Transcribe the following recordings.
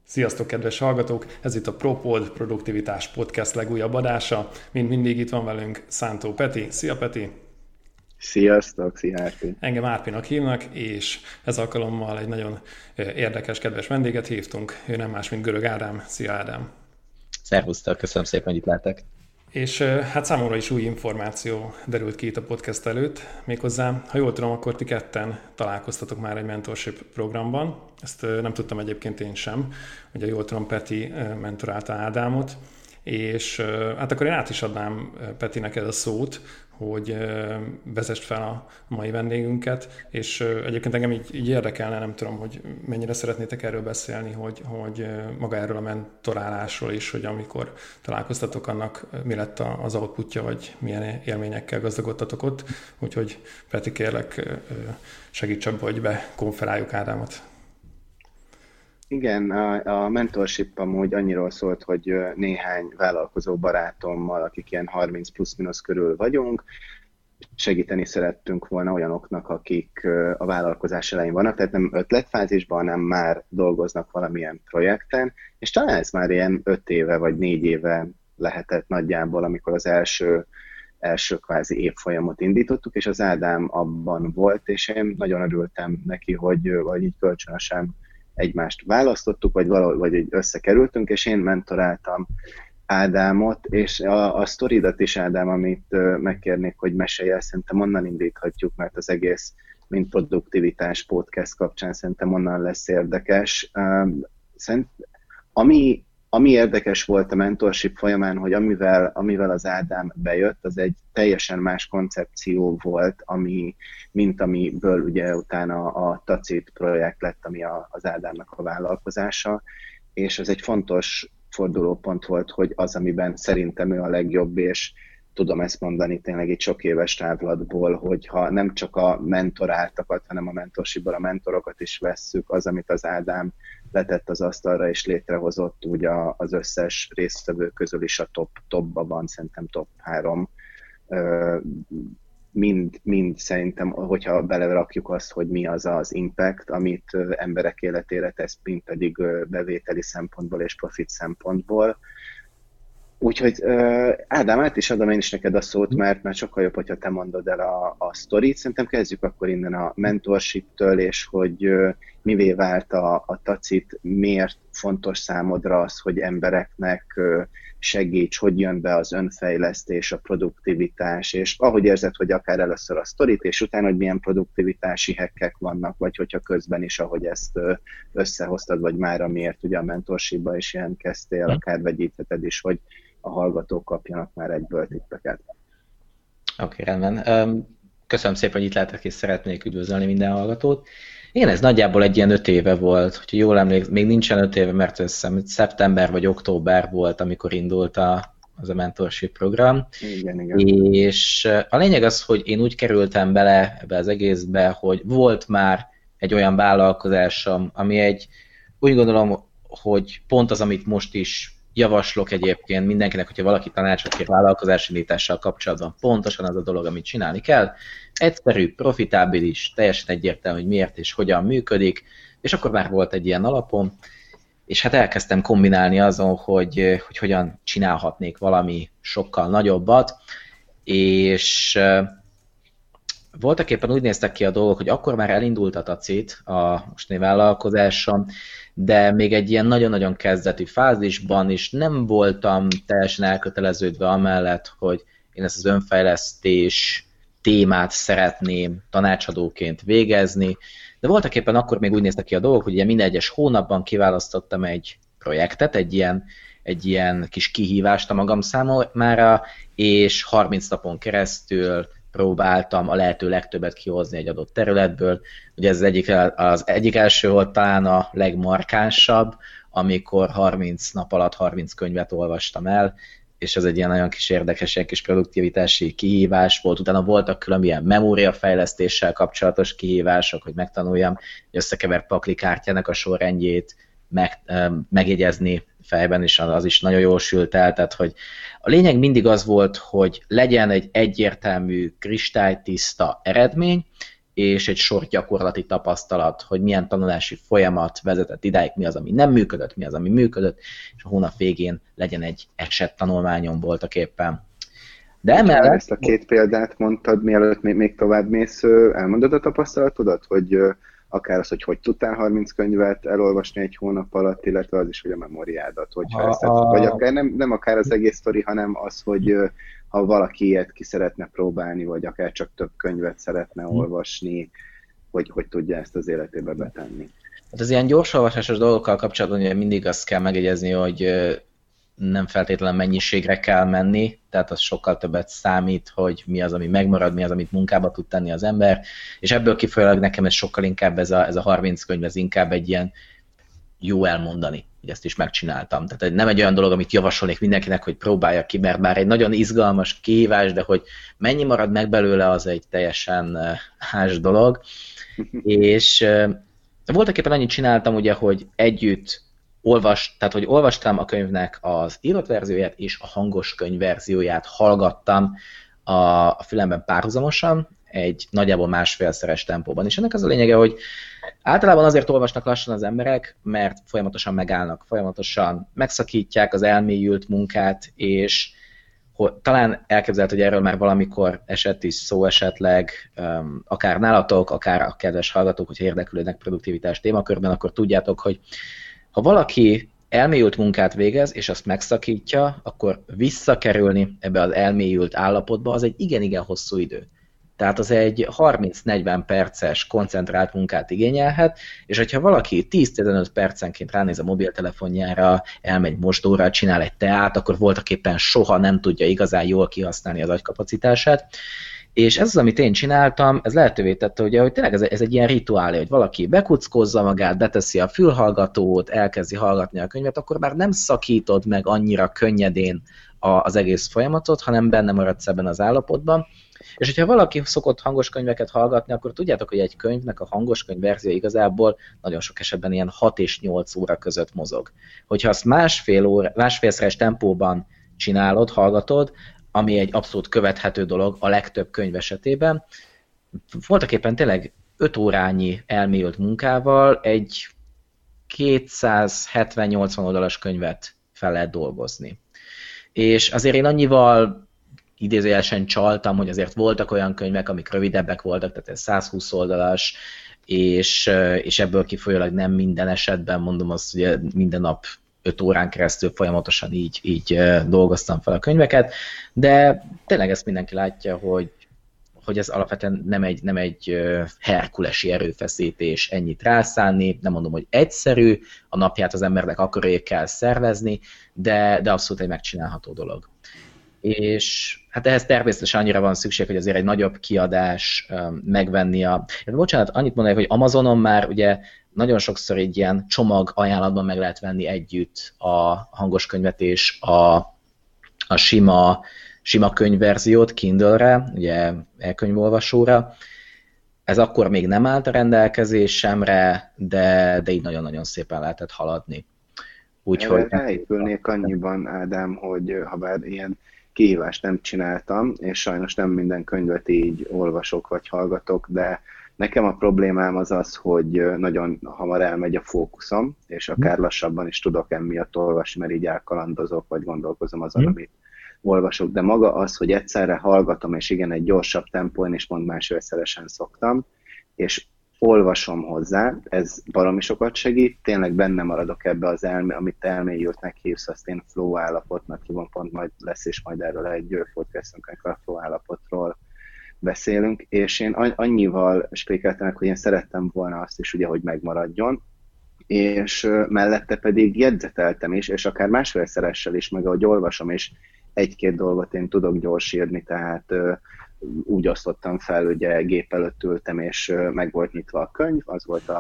Sziasztok, kedves hallgatók! Ez itt a ProPod Produktivitás Podcast legújabb adása. Mint mindig itt van velünk Szántó Peti. Szia, Peti! Sziasztok, szia Árpi! Engem Árpinak hívnak, és ez alkalommal egy nagyon érdekes, kedves vendéget hívtunk. Ő nem más, mint Görög Ádám. Szia, Ádám! Szervusztok, köszönöm szépen, hogy itt lehetek. És hát számomra is új információ derült ki itt a podcast előtt, méghozzá, ha jól tudom, akkor ti ketten találkoztatok már egy mentorship programban. Ezt nem tudtam egyébként én sem, ugye jól tudom, Peti mentorálta Ádámot, és hát akkor én át is adnám, Peti, neked a szót, hogy vezest fel a mai vendégünket, és egyébként engem így érdekelne, nem tudom, hogy mennyire szeretnétek erről beszélni, hogy maga erről a mentorálásról is, hogy amikor találkoztatok, annak mi lett az outputja, vagy milyen élményekkel gazdagodtatok ott. Úgyhogy Peti, kérlek, segíts abba, hogy bekonferáljuk Ádámot. Igen, a mentorship amúgy annyiról szólt, hogy néhány vállalkozó barátommal, akik ilyen 30 plusz-minusz körül vagyunk, segíteni szerettünk volna olyanoknak, akik a vállalkozás elején vannak, tehát nem ötletfázisban, hanem már dolgoznak valamilyen projekten, és talán ez már ilyen 5 éve vagy 4 éve lehetett nagyjából, amikor az első kvázi évfolyamot indítottuk, és az Ádám abban volt, és én nagyon örültem neki, hogy így kölcsönösen egymást választottuk, vagy így összekerültünk, és én mentoráltam Ádámot, és a sztoridat is, Ádám, amit megkérnék, hogy mesélj el, szerintem onnan indíthatjuk, mert az egész, mint produktivitás podcast kapcsán szerintem onnan lesz érdekes. Ami érdekes volt a mentorship folyamán, hogy amivel az Ádám bejött, az egy teljesen más koncepció volt, mint amiből ugye utána a Tacit projekt lett, ami az Ádámnak a vállalkozása, és ez egy fontos fordulópont volt, hogy az, amiben szerintem ő a legjobb, és tudom ezt mondani tényleg egy sok éves távlatból, hogyha nem csak a mentoráltakat, hanem a mentorshipból a mentorokat is vesszük, az, amit az Ádám letett az asztalra és létrehozott, úgy az összes résztvevő közül is a topba van, szerintem top 3. Mind szerintem, hogyha belerakjuk azt, hogy mi az az impact, amit emberek életére tesz, mind pedig bevételi szempontból és profit szempontból. Úgyhogy Ádám, át is adom én is neked a szót, mert sokkal jobb, hogyha te mondod el a sztorit. Szerintem kezdjük akkor innen a mentorship-től, és hogy mivé vált a Tacit, miért fontos számodra az, hogy embereknek segíts, hogy jön be az önfejlesztés, a produktivitás, és ahogy érzed, hogy akár először a sztorit, és utána, hogy milyen produktivitási hackek vannak, vagy hogyha közben is, ahogy ezt összehoztad, vagy már amiért ugye a mentorshipba is jelentkeztél, akár vegyítheted is, hogy a hallgatók kapjanak már egyből tippeket. Oké, rendben. Köszönöm szépen, hogy itt lehetek, és szeretnék üdvözölni minden hallgatót. Igen, ez nagyjából egy ilyen 5 éve volt, hogyha jól emlékszem, még nincsen 5 éve, mert azt hiszem, szeptember vagy október volt, amikor indult az a mentorship program. Igen. És a lényeg az, hogy én úgy kerültem bele ebbe az egészbe, hogy volt már egy olyan vállalkozásom, ami úgy gondolom, hogy pont az, amit most is javaslok egyébként mindenkinek, hogyha valaki tanácsot kér vállalkozásindítással kapcsolatban, pontosan az a dolog, amit csinálni kell. Egyszerű, profitábilis, teljesen egyértelmű, hogy miért és hogyan működik, és akkor már volt egy ilyen alapom, és hát elkezdtem kombinálni azon, hogy hogyan csinálhatnék valami sokkal nagyobbat, és voltak éppen úgy néztek ki a dolgok, hogy akkor már elindult a Tacit, a mostani vállalkozásom, de még egy ilyen nagyon-nagyon kezdeti fázisban is nem voltam teljesen elköteleződve amellett, hogy én ezt az önfejlesztés témát szeretném tanácsadóként végezni, de voltak éppen akkor még úgy néztek ki a dolgok, hogy ugye minden egyes hónapban kiválasztottam egy projektet, egy ilyen kis kihívást a magam számára, és 30 napon keresztül próbáltam a lehető legtöbbet kihozni egy adott területből. Ugye ez az egyik első volt talán a legmarkánsabb, amikor 30 nap alatt 30 könyvet olvastam el, és ez egy ilyen nagyon kis érdekes, ilyen kis produktivitási kihívás volt. Utána voltak különböző memóriafejlesztéssel kapcsolatos kihívások, hogy megtanuljam, hogy összekevert paklikártyának a sorrendjét megjegyezni fejben, és az is nagyon jól sült el. Tehát, hogy a lényeg mindig az volt, hogy legyen egy egyértelmű, kristálytiszta eredmény, és egy sor gyakorlati tapasztalat, hogy milyen tanulási folyamat vezetett idáig, mi az, ami nem működött, mi az, ami működött, és a hónap végén legyen egy esettanulmányom voltaképpen. De emellett... Ezt a 2 példát mondtad, mielőtt még tovább mész, elmondod a tapasztalatodat, hogy akár az, hogy tudtál 30 könyvet elolvasni egy hónap alatt, illetve az is, hogy a memóriádat, vagy akár nem akár az egész sztori, hanem az, hogy ha valaki ilyet ki szeretne próbálni, vagy akár csak több könyvet szeretne olvasni, hogy tudja ezt az életébe betenni. Hát az ilyen gyorsolvasásos dolgokkal kapcsolatban ugye mindig azt kell megjegyezni, hogy nem feltétlenül mennyiségre kell menni, tehát az sokkal többet számít, hogy mi az, ami megmarad, mi az, amit munkába tud tenni az ember, és ebből kifolyólag nekem ez sokkal inkább ez a 30 könyv, ez inkább egy ilyen jó elmondani, hogy ezt is megcsináltam. Tehát nem egy olyan dolog, amit javasolnék mindenkinek, hogy próbálja ki, mert bár egy nagyon izgalmas kihívás, de hogy mennyi marad meg belőle, az egy teljesen más dolog. És voltak éppen annyit csináltam, ugye, hogy együtt tehát hogy olvastam a könyvnek az írott verzióját és a hangos könyv verzióját hallgattam a fülemben párhuzamosan, egy nagyjából 1,5-szeres tempóban. És ennek az a lényege, hogy általában azért olvasnak lassan az emberek, mert folyamatosan megállnak, folyamatosan megszakítják az elmélyült munkát, és talán elképzelhető, hogy erről már valamikor esett is szó esetleg, akár nálatok, akár a kedves hallgatók, hogyha érdeklődnek produktivitás témakörben, akkor tudjátok, hogy ha valaki elmélyült munkát végez, és azt megszakítja, akkor visszakerülni ebbe az elmélyült állapotba, az egy igen-igen hosszú idő. Tehát az egy 30-40 perces koncentrált munkát igényelhet, és hogyha valaki 10-15 percenként ránéz a mobiltelefonjára, elmegy mosdóra, csinál egy teát, akkor voltaképpen soha nem tudja igazán jól kihasználni az agykapacitását. És ez az, amit én csináltam, ez lehetővé tette, ugye, hogy tényleg ez egy ilyen rituálé, hogy valaki bekuckózza magát, beteszi a fülhallgatót, elkezdi hallgatni a könyvet, akkor már nem szakítod meg annyira könnyedén az egész folyamatot, hanem benne maradsz ebben az állapotban. És hogyha valaki szokott hangos könyveket hallgatni, akkor tudjátok, hogy egy könyvnek a hangos könyv verzió igazából nagyon sok esetben ilyen 6 és 8 óra között mozog. Hogyha azt másfélszeres tempóban csinálod, hallgatod, ami egy abszolút követhető dolog a legtöbb könyv esetében, voltaképpen tényleg 5 órányi elmélyült munkával egy 270-80 oldalas könyvet fel lehet dolgozni. És azért én annyival idézőjelesen csaltam, hogy azért voltak olyan könyvek, amik rövidebbek voltak, tehát ez 120 oldalas, és ebből kifolyólag nem minden esetben, mondom azt, hogy minden nap 5 órán keresztül folyamatosan így dolgoztam fel a könyveket, de tényleg ezt mindenki látja, hogy ez alapvetően nem egy herkulesi erőfeszítés ennyit rászánni, nem mondom, hogy egyszerű, a napját az embernek akkor kell szervezni, de abszolút egy megcsinálható dolog. És hát ehhez természetesen annyira van szükség, hogy azért egy nagyobb kiadás megvenni Bocsánat, annyit mondanék, hogy Amazonon már ugye nagyon sokszor egy ilyen csomag ajánlatban meg lehet venni együtt a hangos könyvet és a sima könyvverziót Kindle-re, ugye e-könyvolvasóra. Ez akkor még nem állt a rendelkezésemre, de így nagyon-nagyon szépen lehetett haladni. Úgyhogy ráépülnék annyiban, Ádám, hogy ha bár ilyen kihívást nem csináltam, és sajnos nem minden könyvet így olvasok vagy hallgatok, de nekem a problémám az, hogy nagyon hamar elmegy a fókuszom, és akár lassabban is tudok emiatt olvasni, mert így elkalandozok, vagy gondolkozom azon, amit olvasok. De maga az, hogy egyszerre hallgatom, és igen, egy gyorsabb tempón, és pont másfélszeresen szoktam, és olvasom hozzá, ez baromi sokat segít, tényleg benne maradok ebbe az amit elmélyültnek hívsz, azt én flow állapotnak hívom, pont majd lesz is majd erről egy podcastünk, amikor a flow állapotról beszélünk, és én annyival spékeltem meg, hogy én szerettem volna azt is, ugye, hogy megmaradjon, és mellette pedig jegyzeteltem is, és akár másfélszeressel is, meg ahogy olvasom, és egy-két dolgot én tudok gyorsírni, tehát úgy osztottam fel, ugye gép előtt ültem, és meg volt nyitva a könyv, az volt a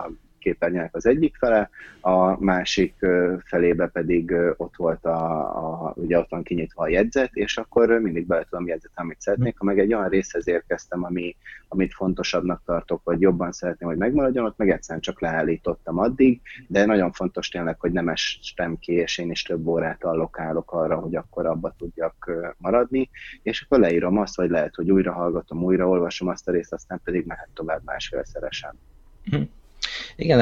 képernyőnek az egyik fele, a másik felébe pedig ott volt ugye ott van kinyitva a jegyzet, és akkor mindig bele tudom jegyzetelni, amit szeretnék. Ha meg egy olyan részhez érkeztem, amit fontosabbnak tartok, vagy jobban szeretném, hogy megmaradjon, ott meg egyszerűen csak leállítottam addig, de nagyon fontos tényleg, hogy nem estem ki, és én is több órát allokálok arra, hogy akkor abba tudjak maradni, és akkor leírom azt, vagy lehet, hogy újra hallgatom, újra olvasom azt a részt, aztán pedig mehet tovább másfélszeresen. Igen,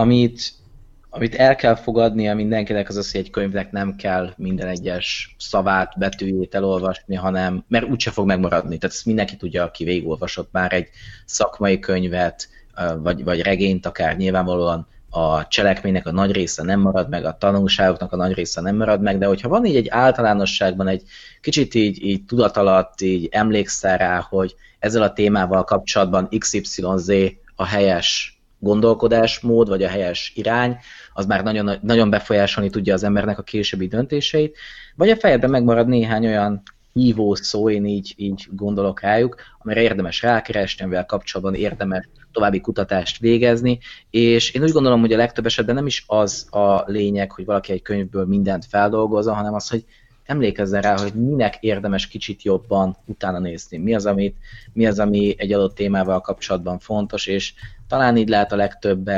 amit el kell fogadnia mindenkinek, az az, hogy egy könyvnek nem kell minden egyes szavát, betűjét elolvasni, hanem, mert úgyse fog megmaradni. Tehát ezt mindenki tudja, aki végigolvasott már egy szakmai könyvet, vagy regényt, akár nyilvánvalóan a cselekménynek a nagy része nem marad meg, a tanulságoknak a nagy része nem marad meg, de hogyha van így egy általánosságban egy kicsit így tudatalatt, így emlékszel rá, hogy ezzel a témával kapcsolatban XYZ a helyes gondolkodásmód, vagy a helyes irány, az már nagyon, nagyon befolyásolni tudja az embernek a későbbi döntéseit, vagy a fejedben megmarad néhány olyan hívó szó, én így gondolok rájuk, amire érdemes rákeresni, amivel kapcsolatban érdemes további kutatást végezni, és én úgy gondolom, hogy a legtöbb esetben nem is az a lényeg, hogy valaki egy könyvből mindent feldolgozza, hanem az, hogy emlékezzen rá, hogy minek érdemes kicsit jobban utána nézni, mi az, ami egy adott témával kapcsolatban fontos, és talán így lehet a legtöbb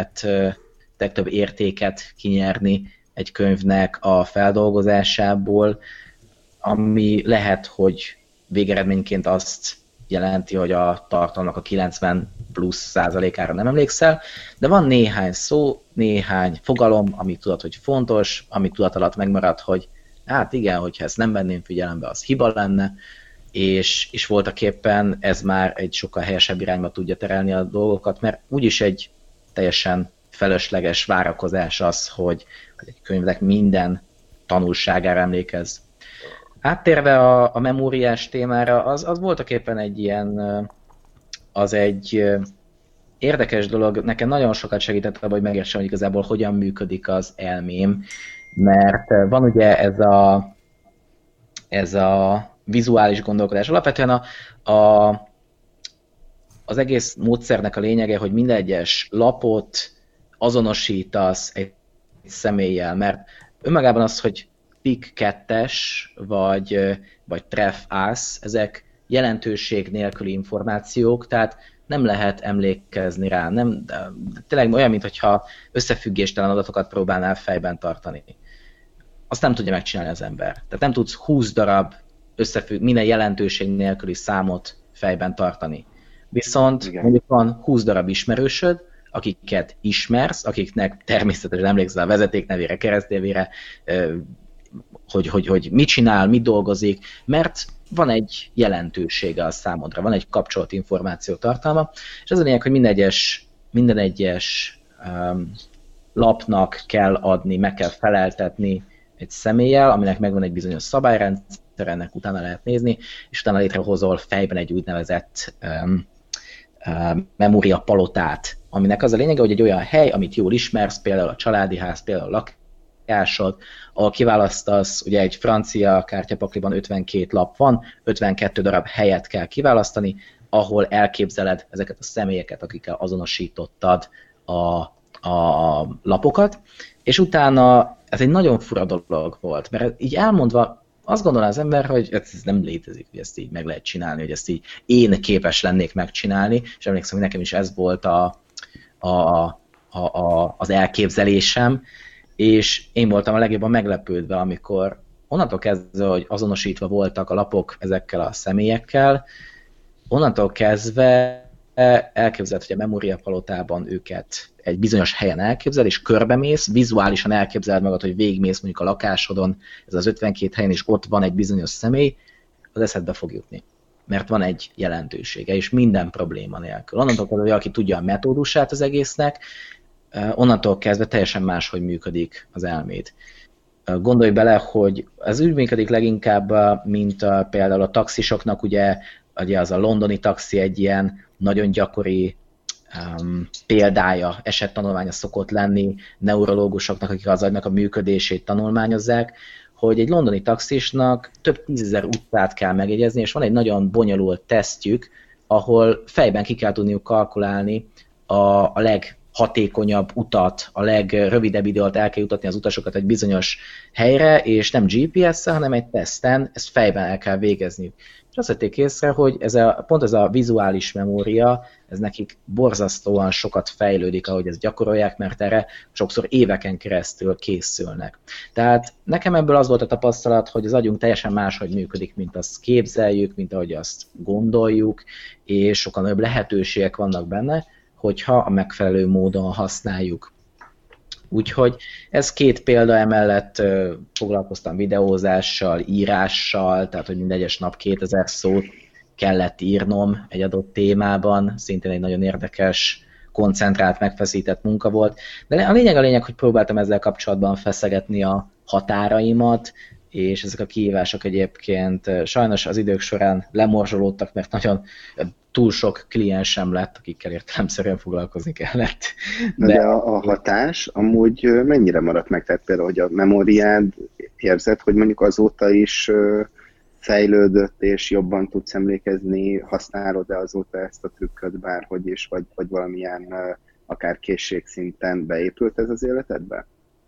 értéket kinyerni egy könyvnek a feldolgozásából, ami lehet, hogy végeredményként azt jelenti, hogy a tartalomnak a 90+% nem emlékszel, de van néhány szó, néhány fogalom, amit tudod, hogy fontos, amit tudat alatt megmarad, hogy hát igen, hogyha ezt nem venném figyelembe, az hiba lenne, és voltaképpen ez már egy sokkal helyesebb irányba tudja terelni a dolgokat, mert úgyis egy teljesen felesleges várakozás az, hogy egy könyvnek minden tanulságára emlékezz. Áttérve a memóriás témára, az voltaképpen egy ilyen, az egy érdekes dolog, nekem nagyon sokat segített abban, hogy megértsem, hogy igazából hogyan működik az elmém, mert van ugye ez a vizuális gondolkodás. Alapvetően az egész módszernek a lényege, hogy minden egyes lapot azonosítasz egy személlyel, mert önmagában az, hogy pick 2-es, vagy tref ász, ezek jelentőség nélküli információk, tehát nem lehet emlékezni rá. Nem, tényleg olyan, mintha összefüggéstelen adatokat próbálnál fejben tartani. Azt nem tudja megcsinálni az ember. Tehát nem tudsz 20 darab minden jelentőség nélküli számot fejben tartani. Viszont mondjuk van 20 darab ismerősöd, akiket ismersz, akiknek természetesen emlékszel a vezeték nevére, keresztnévére, hogy mit csinál, mit dolgozik, mert van egy jelentősége a számodra, van egy kapcsolt információ tartalma, és az a lényeg, hogy minden egyes lapnak kell adni, meg kell feleltetni egy személlyel, aminek megvan egy bizonyos szabályrendszer, ennek utána lehet nézni, és utána létrehozol fejben egy úgynevezett memóriapalotát, aminek az a lényege, hogy egy olyan hely, amit jól ismersz, például a családi ház, például a lakásod, ahol kiválasztasz, ugye egy francia kártyapakliban 52 lap van, 52 darab helyet kell kiválasztani, ahol elképzeled ezeket a személyeket, akikkel azonosítottad a lapokat, és utána ez egy nagyon fura dolog volt, mert így elmondva azt gondolná az ember, hogy ez nem létezik, hogy ezt így meg lehet csinálni, hogy ezt így én képes lennék megcsinálni, és emlékszem, hogy nekem is ez volt az elképzelésem, és én voltam a legjobban meglepődve, amikor onnantól kezdve, hogy azonosítva voltak a lapok ezekkel a személyekkel, onnantól kezdve elképzeled, hogy a memóriapalotában őket egy bizonyos helyen elképzel, és körbemész, vizuálisan elképzeled magad, hogy végigmész mondjuk a lakásodon, ez az 52 helyen, és ott van egy bizonyos személy, az eszedbe fog jutni. Mert van egy jelentősége, és minden probléma nélkül. Onnantól kezdve, hogy aki tudja a metódusát az egésznek, onnantól kezdve teljesen máshogy működik az elméd. Gondolj bele, hogy ez úgy működik leginkább, mint például a taxisoknak, ugye az a londoni taxi egy ilyen nagyon gyakori példája, esettanulmánya szokott lenni neurológusoknak, akik az agynak a működését tanulmányozzák, hogy egy londoni taxisnak több 10 000 utcát kell megjegyezni, és van egy nagyon bonyolult tesztjük, ahol fejben ki kell tudniuk kalkulálni a leghatékonyabb utat, a legrövidebb idő alatt el kell jutatni az utasokat egy bizonyos helyre, és nem GPS-szel, hanem egy teszten, ezt fejben el kell végezni. És azt vették észre, hogy pont ez a vizuális memória, ez nekik borzasztóan sokat fejlődik, ahogy ezt gyakorolják, mert erre sokszor éveken keresztül készülnek. Tehát nekem ebből az volt a tapasztalat, hogy az agyunk teljesen máshogy működik, mint azt képzeljük, mint ahogy azt gondoljuk, és sokkal nagyobb lehetőségek vannak benne, hogyha a megfelelő módon használjuk. Úgyhogy ez 2 példa, emellett foglalkoztam videózással, írással, tehát hogy minden egyes nap 2000 szót kellett írnom egy adott témában, szintén egy nagyon érdekes, koncentrált, megfeszített munka volt. De a lényeg, hogy próbáltam ezzel kapcsolatban feszegetni a határaimat, és ezek a kihívások egyébként sajnos az idők során lemorzsolódtak, mert nagyon túl sok kliensem lett, akikkel értelemszerűen foglalkozni kellett. De a hatás amúgy mennyire maradt meg? Tehát például, hogy a memóriád érzed, hogy mondjuk azóta is fejlődött, és jobban tudsz emlékezni, használod-e azóta ezt a trükköt bárhogy is, vagy valamilyen akár készségszinten beépült ez az életedbe?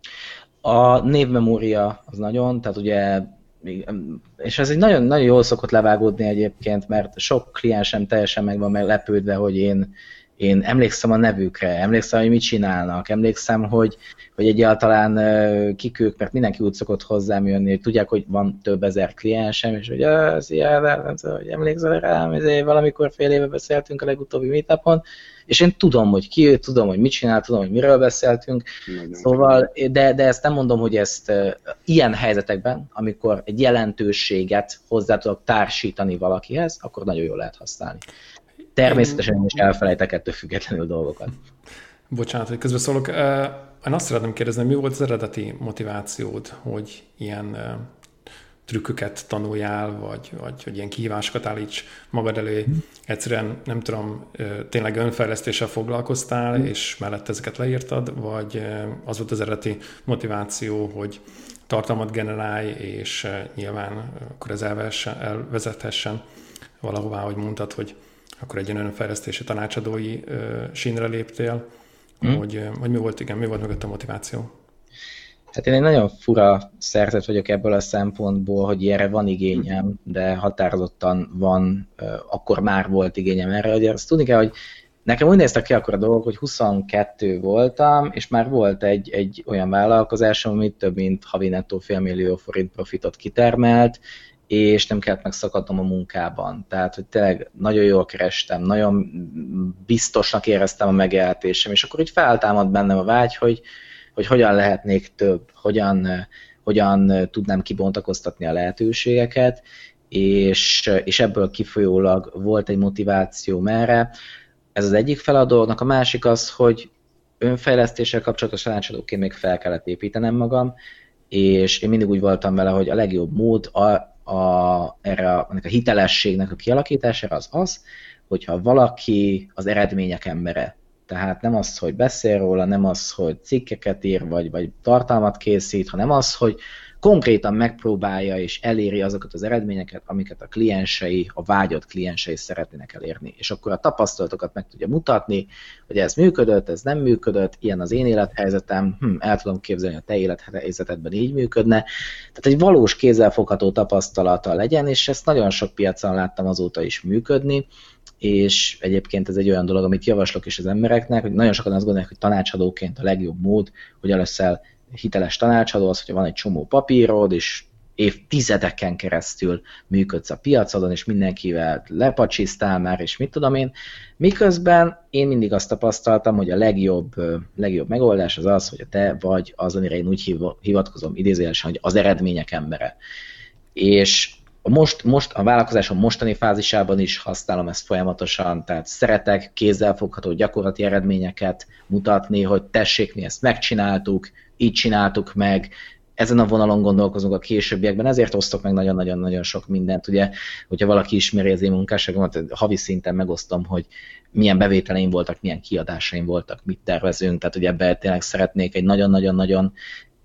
A névmemória az nagyon, tehát ugye, és ez egy nagyon, nagyon jól szokott levágódni egyébként, mert sok kliensem teljesen meg van meglepődve, hogy én emlékszem a nevükre, emlékszem, hogy mit csinálnak, emlékszem, hogy egyáltalán kik ők, mert mindenki úgy szokott hozzám jönni, hogy tudják, hogy van több ezer kliensem, és hogy hogy emlékszel rám, valamikor fél éve beszéltünk a legutóbbi meetupon, és én tudom, hogy ki ő, tudom, hogy mit csinál, tudom, hogy miről beszéltünk, szóval, de ezt nem mondom, hogy ezt ilyen helyzetekben, amikor egy jelentőséget hozzá tudok társítani valakihez, akkor nagyon jól lehet használni. Természetesen én is elfelejtek ettől függetlenül dolgokat. Bocsánat, hogy közbeszólok. Én azt szeretném kérdezni, mi volt az eredeti motivációd, hogy ilyen trükköket tanuljál, vagy hogy ilyen kihívásokat állíts magad elé. Egyszerűen, nem tudom, tényleg önfejlesztéssel foglalkoztál, és mellett ezeket leírtad, vagy az volt az eredeti motiváció, hogy tartalmat generálj, és nyilván akkor ez elvezethessen valahová, hogy mondtad, hogy akkor egy önfejlesztési tanácsadói sínre léptél, hogy mi volt mögött a motiváció? Hát én egy nagyon fura szerzet vagyok ebből a szempontból, hogy erre van igényem, de határozottan van, akkor már volt igényem erre. Ugye azt tudni kell, hogy nekem úgy néztek ki akkor a dolgok, hogy 22 voltam, és már volt egy olyan vállalkozásom, amit több mint havi nettó $500 000 forint profitot kitermelt, és nem kellett megszakadnom a munkában. Tehát, hogy tényleg nagyon jól kerestem, nagyon biztosnak éreztem a megélhetésem, és akkor így feltámad bennem a vágy, hogy hogyan lehetnék több, hogyan tudnám kibontakoztatni a lehetőségeket, és ebből kifolyólag volt egy motiváció erre. Ez az egyik fel a dolognak, a másik az, hogy önfejlesztéssel kapcsolatos tanácsadóként még fel kellett építenem magam, és én mindig úgy voltam vele, hogy a legjobb mód ennek a hitelességnek a kialakítására az, hogyha valaki az eredmények embere. Tehát nem az, hogy beszél róla, nem az, hogy cikkeket ír, vagy tartalmat készít, hanem az, hogy konkrétan megpróbálja és eléri azokat az eredményeket, amiket a kliensei, a vágyott kliensei szeretnének elérni. És akkor a tapasztalatokat meg tudja mutatni, hogy ez működött, ez nem működött, ilyen az én élethelyzetem, el tudom képzelni, hogy a te élethelyzetedben így működne. Tehát egy valós kézzelfogható tapasztalata legyen, és ezt nagyon sok piacon láttam azóta is működni, és egyébként ez egy olyan dolog, amit javaslok is az embereknek, hogy nagyon sokan azt gondolják, hogy tanácsadóként a legjobb mód, hogy leszel hiteles tanácsadó, az, hogyha van egy csomó papírod, és évtizedeken keresztül működsz a piacodon, és mindenkivel lepacsisztál már, és mit tudom én. Miközben én mindig azt tapasztaltam, hogy a legjobb megoldás az az, hogy te vagy az, amire én úgy hivatkozom idézőjelesen, hogy az eredmények embere. És most a vállalkozásom mostani fázisában is használom ezt folyamatosan, tehát szeretek kézzelfogható gyakorlati eredményeket mutatni, hogy tessék, mi ezt megcsináltuk, így csináltuk meg, ezen a vonalon gondolkozunk a későbbiekben, ezért osztok meg nagyon-nagyon sok mindent. Ugye, hogyha valaki ismeri az én munkásságomat, havi szinten megosztom, hogy milyen bevételeim voltak, milyen kiadásaim voltak, mit tervezünk, tehát ugye ebben tényleg szeretnék egy nagyon-nagyon-nagyon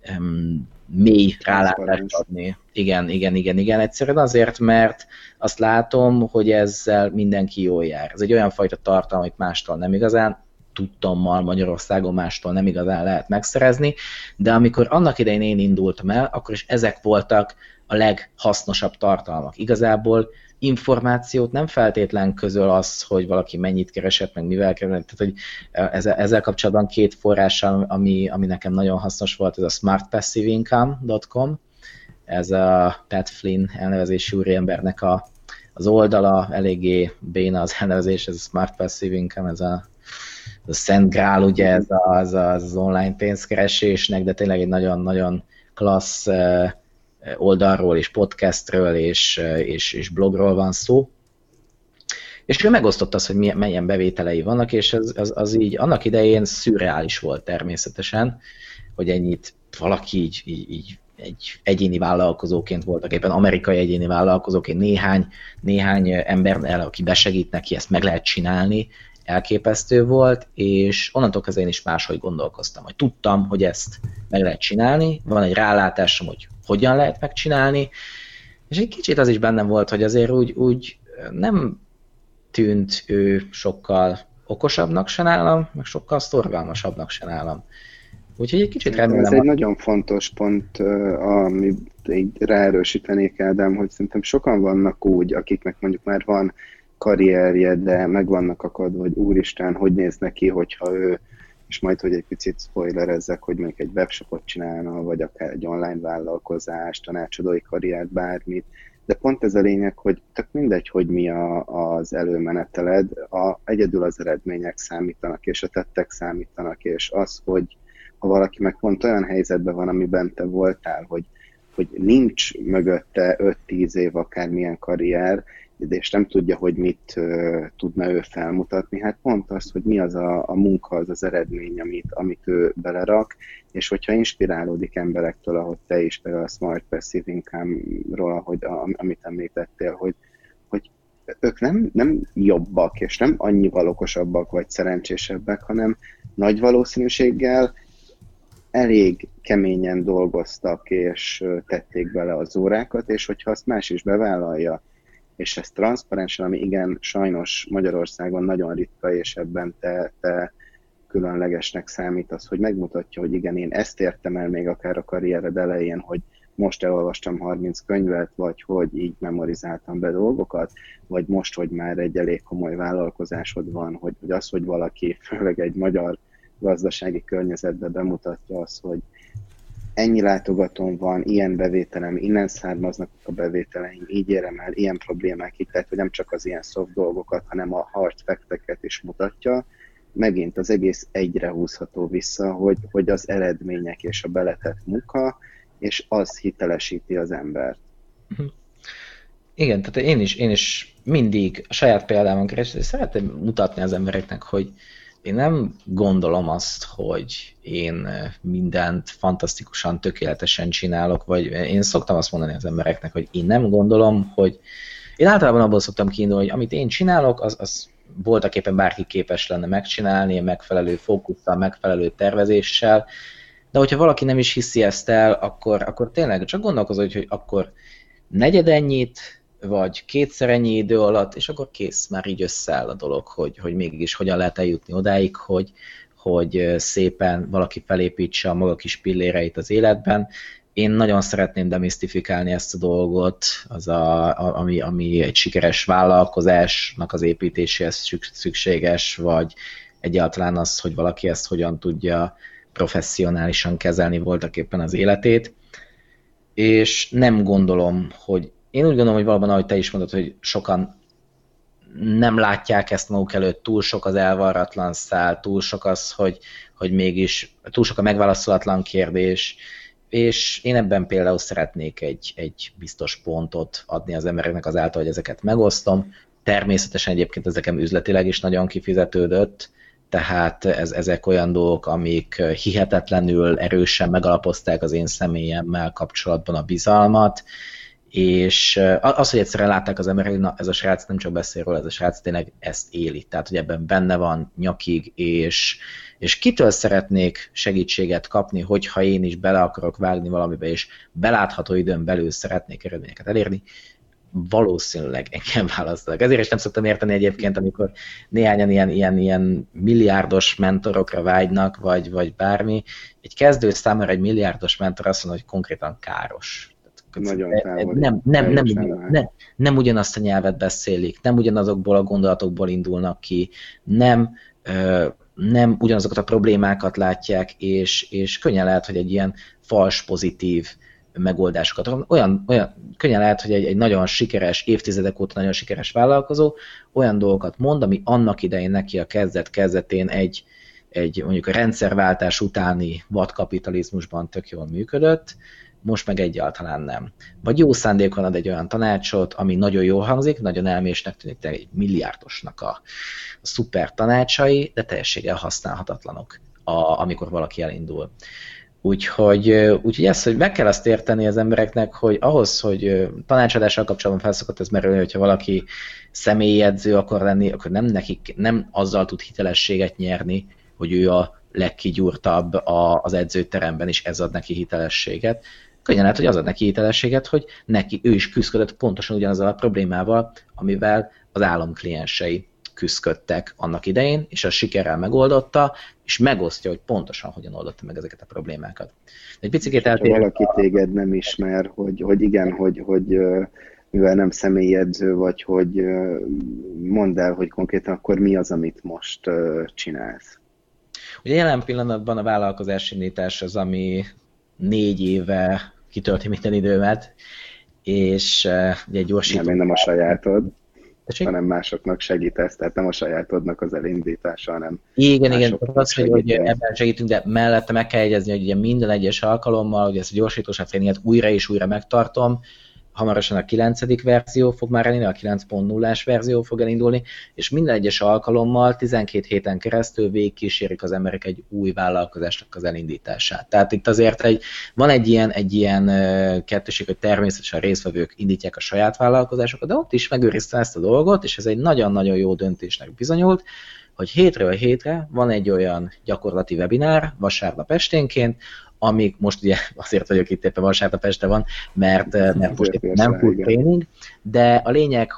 mély rálátást adni. Igen, egyszerűen azért, mert azt látom, hogy ezzel mindenki jól jár. Ez egy olyan fajta tartalom, amit mástól nem igazán tudtommal Magyarországon mástól nem igazán lehet megszerezni, de amikor annak idején én indultam el, akkor is ezek voltak a leghasznosabb tartalmak. Igazából információt nem feltétlen közöl az, hogy valaki mennyit keresett, meg mivel keresett. Tehát, hogy ezzel kapcsolatban 2 forrás, ami nekem nagyon hasznos volt, ez a smartpassiveincome.com, ez a Pat Flynn elnevezésű úriembernek az oldala, eléggé béna az elnevezés, ez a Smart Passive Income, ez a szent grál, ugye ez az online pénzkeresésnek, de tényleg egy nagyon-nagyon klassz oldalról és podcastről és blogról van szó. És ő megosztott azt, hogy milyen bevételei vannak, és az így annak idején szürreális volt természetesen, hogy ennyit valaki így egy egyéni vállalkozóként voltak éppen, amerikai egyéni vállalkozóként néhány ember, aki besegít neki, ezt meg lehet csinálni, elképesztő volt, és onnantól kezdve én is máshogy gondolkoztam, hogy tudtam, hogy ezt meg lehet csinálni, van egy rálátásom, hogy hogyan lehet megcsinálni, és egy kicsit az is bennem volt, hogy azért úgy nem tűnt ő sokkal okosabbnak se nálam, meg sokkal szorgalmasabbnak se nálam. Úgyhogy egy kicsit remélem... Ez egy nagyon fontos pont, amit így ráerősítenék, Ádám, hogy szerintem sokan vannak úgy, akiknek mondjuk már van karrierje, de meg vannak akadva, hogy úristen, hogy néz neki, hogyha ő, és majd, hogy egy picit spoilerezzek, hogy még egy webshopot csinálna, vagy akár egy online vállalkozást, tanácsadói karriert, bármit. De pont ez a lényeg, hogy tök mindegy, hogy mi az előmeneteled, egyedül az eredmények számítanak, és a tettek számítanak, és az, hogy ha valaki meg pont olyan helyzetben van, amiben te voltál, hogy nincs mögötte 5-10 év akármilyen karrier, és nem tudja, hogy mit tudna ő felmutatni, hát pont az, hogy mi az a munka, az az eredmény, amit ő belerak, és hogyha inspirálódik emberektől, ahogy te is, például a Smart Passive Income-ról, amit említettél, hogy ők nem jobbak, és nem annyival okosabbak, vagy szerencsésebbek, hanem nagy valószínűséggel elég keményen dolgoztak, és tették bele az órákat, és hogyha azt más is bevállalja, és ez transzparensen, ami igen, sajnos Magyarországon nagyon ritka, és ebben te különlegesnek számítasz, hogy megmutatja, hogy igen, én ezt értem el még akár a karriered elején, hogy most elolvastam 30 könyvet, vagy hogy így memorizáltam be dolgokat, vagy most, hogy már egy elég komoly vállalkozásod van, hogy az, hogy valaki, főleg egy magyar gazdasági környezetben bemutatja azt, hogy ennyi látogatóm van, ilyen bevételem, innen származnak a bevételeim, így érem el, ilyen problémák itt, tehát hogy nem csak az ilyen soft dolgokat, hanem a hard fact-eket is mutatja. Megint az egész egyre húzható vissza, hogy az eredmények és a beletett munka, és az hitelesíti az embert. Igen, tehát én is mindig a saját példában keresztül szeretném mutatni az embereknek, hogy én nem gondolom azt, hogy én mindent fantasztikusan, tökéletesen csinálok, vagy én szoktam azt mondani az embereknek, hogy én nem gondolom, hogy én általában abból szoktam kiindulni, hogy amit én csinálok, az voltaképpen bárki képes lenne megcsinálni, megfelelő fókusszal, megfelelő tervezéssel, de hogyha valaki nem is hiszi ezt el, akkor tényleg csak gondolkozol, hogy akkor negyed ennyit, vagy 2-szer ennyi idő alatt, és akkor kész, már így összeáll a dolog, hogy mégis hogyan lehet eljutni odáig, hogy szépen valaki felépítse a maga kis pilléreit az életben. Én nagyon szeretném demisztifikálni ezt a dolgot, ami egy sikeres vállalkozásnak az építéséhez szükséges, vagy egyáltalán az, hogy valaki ezt hogyan tudja professzionálisan kezelni voltaképpen az életét. És nem gondolom, hogy én úgy gondolom, hogy valóban, ahogy te is mondod, hogy sokan nem látják ezt maguk előtt, túl sok az elvarratlan szál, túl sok az, hogy mégis túl sok a megválaszolatlan kérdés, és én ebben például szeretnék egy biztos pontot adni az embereknek azáltal, hogy ezeket megosztom. Természetesen egyébként ezeken üzletileg is nagyon kifizetődött, tehát ezek olyan dolgok, amik hihetetlenül erősen megalapozták az én személyemmel kapcsolatban a bizalmat, és az, hogy egyszerűen látták az emberek, hogy na, ez a srác nem csak beszél róla, ez a srác tényleg ezt éli. Tehát, hogy ebben benne van nyakig, és kitől szeretnék segítséget kapni, hogyha én is bele akarok vágni valamibe, és belátható időn belül szeretnék eredményeket elérni, valószínűleg engem választanak. Ezért is nem szoktam érteni egyébként, amikor néhányan ilyen milliárdos mentorokra vágynak, vagy bármi. Egy kezdő számára egy milliárdos mentor azt mondja, hogy konkrétan káros. Nem ugyanazt a nyelvet beszélik, nem ugyanazokból a gondolatokból indulnak ki, nem ugyanazokat a problémákat látják, és könnyen lehet, hogy egy ilyen fals pozitív megoldásokat. Olyan könnyen lehet, hogy egy nagyon sikeres, évtizedek óta nagyon sikeres vállalkozó olyan dolgokat mond, ami annak idején neki a kezdetén egy mondjuk a rendszerváltás utáni vadkapitalizmusban tök jól működött, most meg egyáltalán nem. Vagy jó szándékon ad egy olyan tanácsot, ami nagyon jól hangzik, nagyon elmésnek tűnik, egy milliárdosnak a szuper tanácsai, de teljességgel használhatatlanok, amikor valaki elindul. Úgyhogy ezt, hogy meg kell azt érteni az embereknek, hogy ahhoz, hogy tanácsadással kapcsolatban felszokott ez merülni, hogyha valaki személyi edző akar lenni, akkor nem azzal tud hitelességet nyerni, hogy ő a legkigyúrtabb az edzőteremben, és ez ad neki hitelességet. Könnyen lehet, hogy az ad neki hitelességet, hogy ő is küzdött pontosan ugyanazzal a problémával, amivel az államkliensei küzdöttek annak idején, és a sikerrel megoldotta, és megosztja, hogy pontosan hogyan oldotta meg ezeket a problémákat. Egy picikét valaki téged nem ismer, hogy igen, hogy mivel nem személyedző vagy, hogy mondd el, hogy konkrétan akkor mi az, amit most csinálsz. Ugye jelen pillanatban a vállalkozásindítás az, ami 4 éve kitölti minden időmet, és egy gyorsító... Nem a sajátod, hanem másoknak segítesz, tehát nem a sajátodnak az elindítása, hanem igen, az, hogy ebben segítünk, de mellette meg kell jegyezni, hogy ugye minden egyes alkalommal, ugye ezt a gyorsítóság tréninget újra és újra megtartom, hamarosan a 9. verzió fog már elindulni, a 9.0-ás verzió fog elindulni, és minden egyes alkalommal 12 héten keresztül végigkísérik az emberek egy új vállalkozásnak az elindítását. Tehát itt azért van egy ilyen kettőség, hogy természetesen a résztvevők indítják a saját vállalkozásokat, de ott is megőriztem ezt a dolgot, és ez egy nagyon-nagyon jó döntésnek bizonyult, hogy hétről hétre van egy olyan gyakorlati webinár, vasárnap esténként, amik most ugye azért vagyok itt éppen vasárnap este van, mert most éppen nem full tréning, de a lényeg,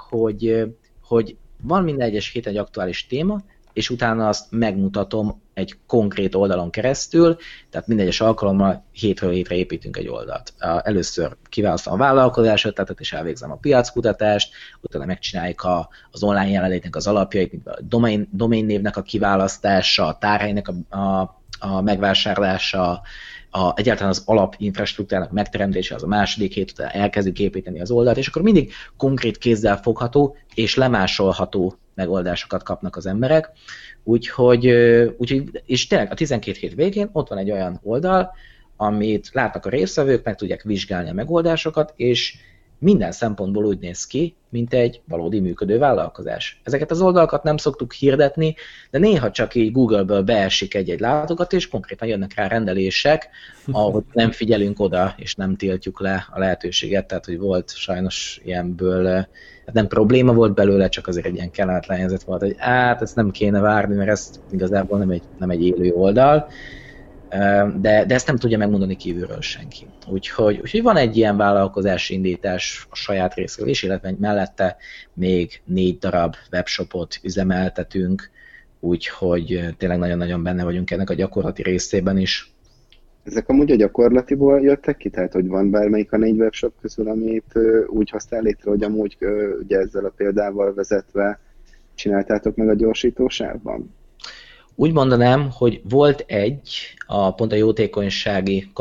hogy van minden egyes héten egy aktuális téma, és utána azt megmutatom egy konkrét oldalon keresztül, tehát minden egyes alkalommal hétről hétre építünk egy oldalt. Először kiválasztom a vállalkozásot, tehát és elvégzem a piackutatást, utána megcsináljuk az online jelenlétnek az alapjait, mint a domain névnek a kiválasztása, a tárhelynek a megvásárlása, egyáltalán az alapinfrastruktúrának megteremtése, az a második hét után elkezdjük építeni az oldalt, és akkor mindig konkrét kézzel fogható és lemásolható megoldásokat kapnak az emberek. Úgyhogy és tényleg a 12 hét végén ott van egy olyan oldal, amit látnak a résztvevők, meg tudják vizsgálni a megoldásokat, és minden szempontból úgy néz ki, mint egy valódi működő vállalkozás. Ezeket az oldalakat nem szoktuk hirdetni, de néha csak így Google-ből beesik egy-egy látogató, és konkrétan jönnek rá rendelések, ahogy nem figyelünk oda, és nem tiltjuk le a lehetőséget, tehát hogy volt sajnos ilyenből, nem probléma volt belőle, csak azért egy ilyen kellemetlen helyzet volt, hogy ezt nem kéne várni, mert ez igazából nem egy élő oldal. De ezt nem tudja megmondani kívülről senki. Úgyhogy van egy ilyen vállalkozási indítás a saját részről is, illetve mellette még 4 darab webshopot üzemeltetünk, úgyhogy tényleg nagyon-nagyon benne vagyunk ennek a gyakorlati részében is. Ezek amúgy a gyakorlatiból jöttek ki? Tehát, hogy van bármelyik a 4 webshop közül, amit úgy hoztál létre, hogy amúgy ugye ezzel a példával vezetve csináltátok meg a gyorsítósávban? Úgy mondanám, hogy volt pont a jótékonysági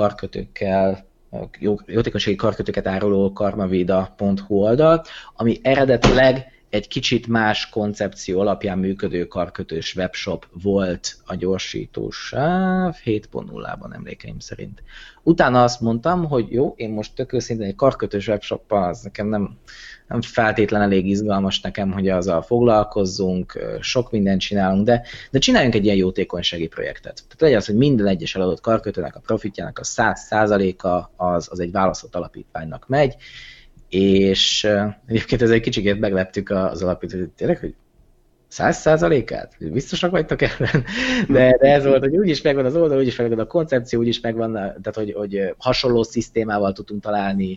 karkötőket áruló karmavida.hu oldal, ami eredetileg egy kicsit más koncepció alapján működő karkötős webshop volt a gyorsítósáv 7.0-ban emlékeim szerint. Utána azt mondtam, hogy jó, én most tök őszintén egy karkötős webshoppal, az nekem nem feltétlen elég izgalmas nekem, hogy azzal foglalkozzunk, sok mindent csinálunk, de csináljunk egy ilyen jótékonysági projektet. Tehát legyen az, hogy minden egyes eladott karkötőnek a profitjának a 100%-a az egy választott alapítványnak megy, és egyébként ez egy kicsikét megleptük az alapítót, tényleg, hogy 100%-át? Biztosak vagytok ebben? De ez volt, hogy úgyis megvan az oldal, úgyis megvan a koncepció, úgyis megvan, tehát hogy hasonló szisztémával tudtunk találni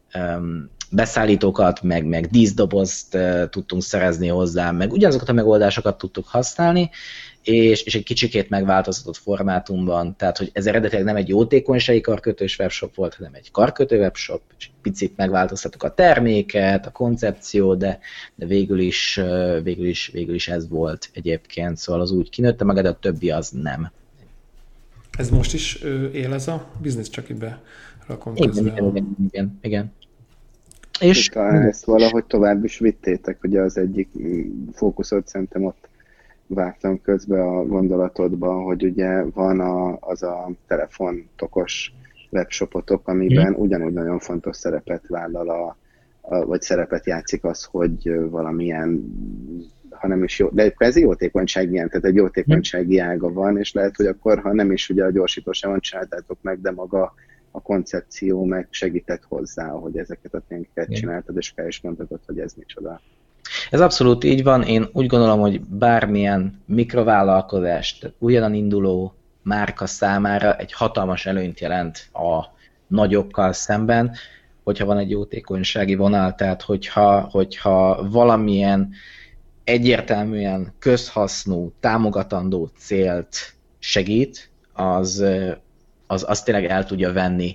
beszállítókat, meg díszdobozt tudtunk szerezni hozzá, meg ugyanazokat a megoldásokat tudtuk használni, és egy kicsikét megváltoztatott formátumban, tehát hogy ez eredetileg nem egy jótékonysági karkötős webshop volt, hanem egy karkötő webshop, és egy picit megváltoztattuk a terméket, a koncepciót, de végül is ez volt egyébként, szóval az úgy kinőtte magad, de a többi az nem. Ez most is él ez a biznisz, csak így berakom közben. Igen. És talán ezt valahogy tovább is vittétek, ugye az egyik fókuszot szerintem ott vágtam közbe a gondolatodban, hogy ugye van az a telefontokos webshopotok, amiben ugyanúgy nagyon fontos szerepet vállal vagy szerepet játszik az, hogy valamilyen, ha nem is jó, de ez jótékonyság ilyen, tehát egy jótékonysági ága van, és lehet, hogy akkor, ha nem is ugye a gyorsítósában csináltátok meg, de maga a koncepció meg segített hozzá, hogy ezeket a tényeket csináltad, és fel is mondhatod, hogy ez micsoda. Ez abszolút így van. Én úgy gondolom, hogy bármilyen mikrovállalkozás, tehát újonnan induló márka számára egy hatalmas előnyt jelent a nagyokkal szemben, hogyha van egy jótékonysági vonal, tehát hogyha valamilyen egyértelműen közhasznú, támogatandó célt segít, az tényleg el tudja venni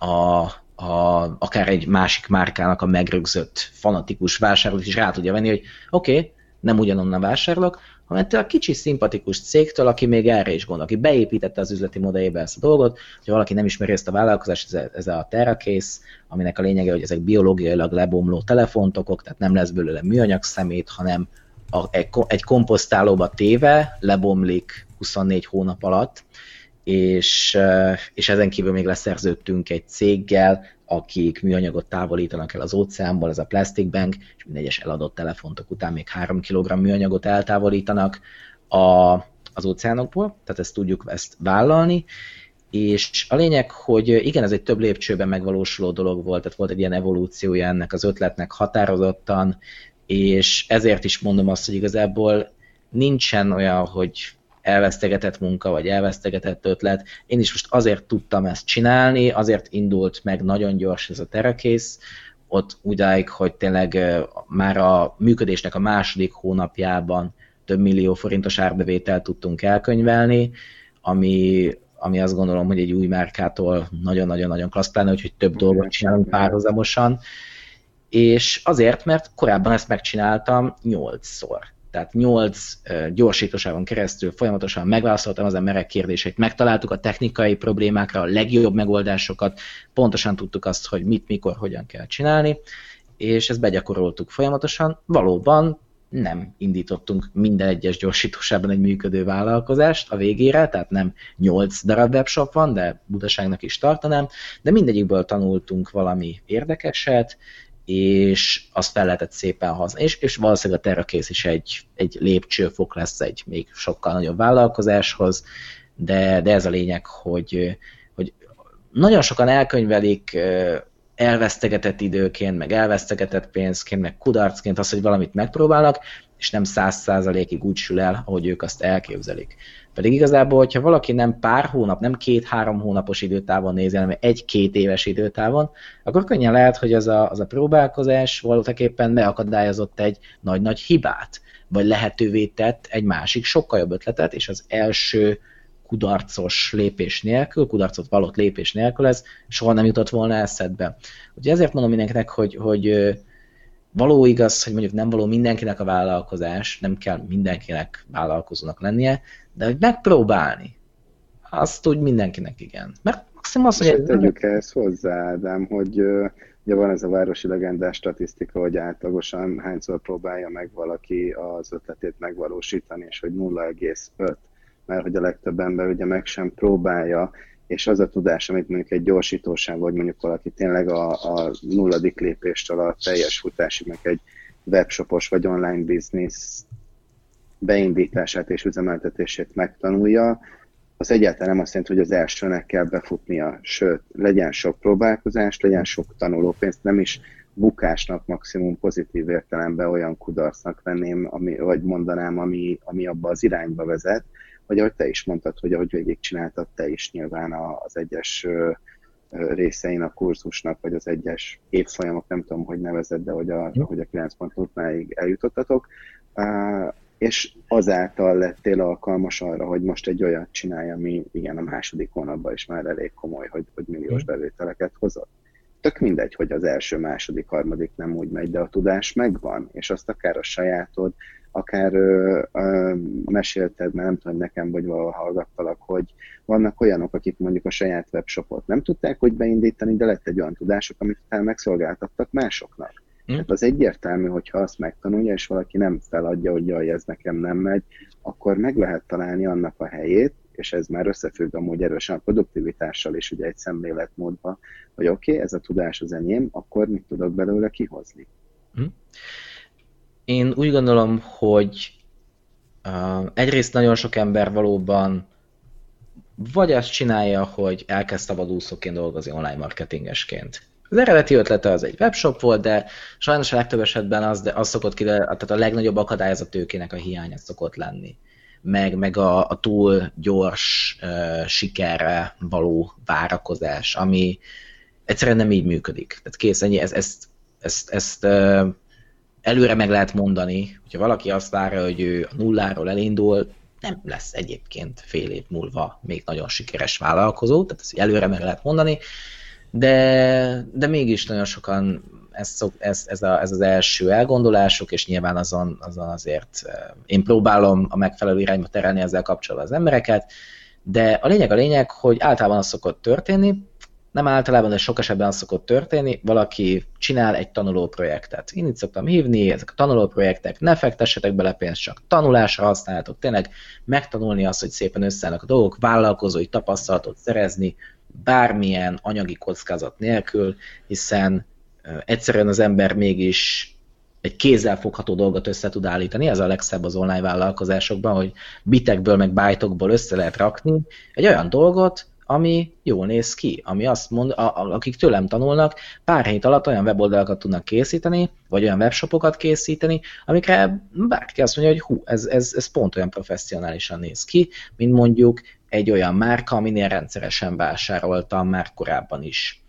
akár egy másik márkának a megrögzött fanatikus vásárlót is rá tudja venni, hogy oké, nem ugyanonnan vásárolok, hanem ettől a kicsi szimpatikus cégtől, aki még erre is gondol, aki beépítette az üzleti modelljébe ezt a dolgot, hogyha valaki nem ismeri ezt a vállalkozást, ez a TerraCase, aminek a lényege, hogy ezek biológiailag lebomló telefontokok, tehát nem lesz belőle műanyag szemét, hanem egy komposztálóba téve lebomlik 24 hónap alatt, és ezen kívül még leszerződtünk egy céggel, akik műanyagot távolítanak el az óceánból, ez a Plastic Bank, és minden egyes eladott telefontok után még 3 kg műanyagot eltávolítanak az óceánokból, tehát ezt tudjuk vállalni, és a lényeg, hogy igen, ez egy több lépcsőben megvalósuló dolog volt, tehát volt egy ilyen evolúciója ennek az ötletnek határozottan, és ezért is mondom azt, hogy igazából nincsen olyan, hogy elvesztegetett munka, vagy elvesztegetett ötlet. Én is most azért tudtam ezt csinálni, azért indult meg nagyon gyors ez a TerraCase, ott udáig, hogy tényleg már a működésnek a második hónapjában több millió forintos árbevételt tudtunk elkönyvelni, ami azt gondolom, hogy egy új márkától nagyon-nagyon-nagyon klassz, pláne, hogy több dolgot csinálunk párhuzamosan, és azért, mert korábban ezt megcsináltam 8-szor. Tehát 8 gyorsítósávon keresztül folyamatosan megválaszoltam az emberek kérdéseit, megtaláltuk a technikai problémákra a legjobb megoldásokat, pontosan tudtuk azt, hogy mit, mikor, hogyan kell csinálni, és ezt begyakoroltuk folyamatosan. Valóban nem indítottunk minden egyes gyorsítósában egy működő vállalkozást a végére, tehát nem 8 darab webshop van, de butaságnak is tartanám, de mindegyikből tanultunk valami érdekeset, és azt fel lehetett szépen használni, és valószínűleg a TerraCase is egy lépcsőfok lesz egy még sokkal nagyobb vállalkozáshoz, de ez a lényeg, hogy nagyon sokan elkönyvelik elvesztegetett időként, meg elvesztegetett pénzként, meg kudarcként azt, hogy valamit megpróbálnak, és nem 100%-ig úgy sül el, ahogy ők azt elképzelik. Pedig igazából, hogyha valaki nem pár hónap, nem 2-3 hónapos időtávon nézi, hanem 1-2 éves időtávon, akkor könnyen lehet, hogy az a próbálkozás voltaképpen beakadályozott egy nagy-nagy hibát, vagy lehetővé tett egy másik, sokkal jobb ötletet, és az első kudarcos lépés nélkül, kudarcot vallott lépés nélkül ez soha nem jutott volna eszedbe. Ugye ezért mondom mindenkinek, hogy való igaz, hogy mondjuk nem való mindenkinek a vállalkozás, nem kell mindenkinek vállalkozónak lennie, de hogy megpróbálni, azt úgy mindenkinek igen. Mert maximum az, hogy... Tegyük ezt hozzá, Ádám, hogy ugye van ez a városi legendás statisztika, hogy átlagosan hányszor próbálja meg valaki az ötletét megvalósítani, és hogy 0,5, mert hogy a legtöbb ember ugye meg sem próbálja, és az a tudás, amit mondjuk egy gyorsítóság, vagy mondjuk valaki tényleg a nulladik lépéstől a teljes futásig, meg egy webshopos vagy online business beindítását és üzemeltetését megtanulja, az egyáltalán nem azt jelenti, hogy az elsőnek kell befutnia, sőt, legyen sok próbálkozás, legyen sok tanulópénzt, nem is bukásnak maximum pozitív értelemben olyan kudarcnak venném, vagy mondanám, ami abba az irányba vezet, vagy ahogy te is mondtad, hogy ahogy végigcsináltad te is nyilván az egyes részein a kurzusnak, vagy az egyes évfolyamok, nem tudom, hogy nevezed, de hogy a 9.0-náig eljutottatok, és azáltal lettél alkalmas arra, hogy most egy olyat csinálj, ami igen, a második hónapban is már elég komoly, hogy milliós bevételeket hozott. Tök mindegy, hogy az első, második, harmadik nem úgy megy, de a tudás megvan, és azt akár a sajátod, akár mesélted, mert nem tudom, nekem vagy valahol hallgattalak, hogy vannak olyanok, akik mondjuk a saját webshopot nem tudták hogy beindítani, de lett egy olyan tudásuk, amit utána megszolgáltattak másoknak. Tehát az egyértelmű, hogyha azt megtanulja, és valaki nem feladja, hogy jaj, ez nekem nem megy, akkor meg lehet találni annak a helyét, és ez már összefügg amúgy erősen a produktivitással is, ugye egy szemléletmódban, hogy oké, ez a tudás az enyém, akkor mit tudok belőle kihozni? Én úgy gondolom, hogy egyrészt nagyon sok ember valóban vagy azt csinálja, hogy elkezd szabadúszóként dolgozni online marketingesként. Az eredeti ötlete az egy webshop volt, de sajnos a legtöbb esetben az szokott tehát a legnagyobb akadály az a tőkének a hiánya szokott lenni. Meg a túl gyors sikerre való várakozás, ami egyszerűen nem így működik. Tehát kész, ennyi, ezt előre meg lehet mondani, hogyha valaki azt várja, hogy ő a nulláról elindul, nem lesz egyébként fél év múlva még nagyon sikeres vállalkozó, tehát ezt előre meg lehet mondani, de mégis nagyon sokan ez az első elgondolásuk, és nyilván azon azért én próbálom a megfelelő irányba terelni ezzel kapcsolatban az embereket, de a lényeg, hogy általában az szokott történni, nem általában, de sok esetben az szokott történni, valaki csinál egy tanulóprojektet. Én itt szoktam hívni, ezek a tanulóprojektek, ne fektessetek bele pénzt, csak tanulásra használjátok, tényleg megtanulni azt, hogy szépen összeállnak a dolgok, vállalkozói tapasztalatot szerezni, bármilyen anyagi kockázat nélkül, hiszen egyszerűen az ember mégis egy kézzelfogható dolgot össze tud állítani, ez a legszebb az online vállalkozásokban, hogy bitekből meg bájtokból össze lehet rakni egy olyan dolgot, ami jól néz ki, ami azt mond, akik tőlem tanulnak, pár hét alatt olyan weboldalakat tudnak készíteni, vagy olyan webshopokat készíteni, amikre bárki azt mondja, hogy ez pont olyan professzionálisan néz ki, mint mondjuk egy olyan márka, aminél rendszeresen vásároltam már korábban is.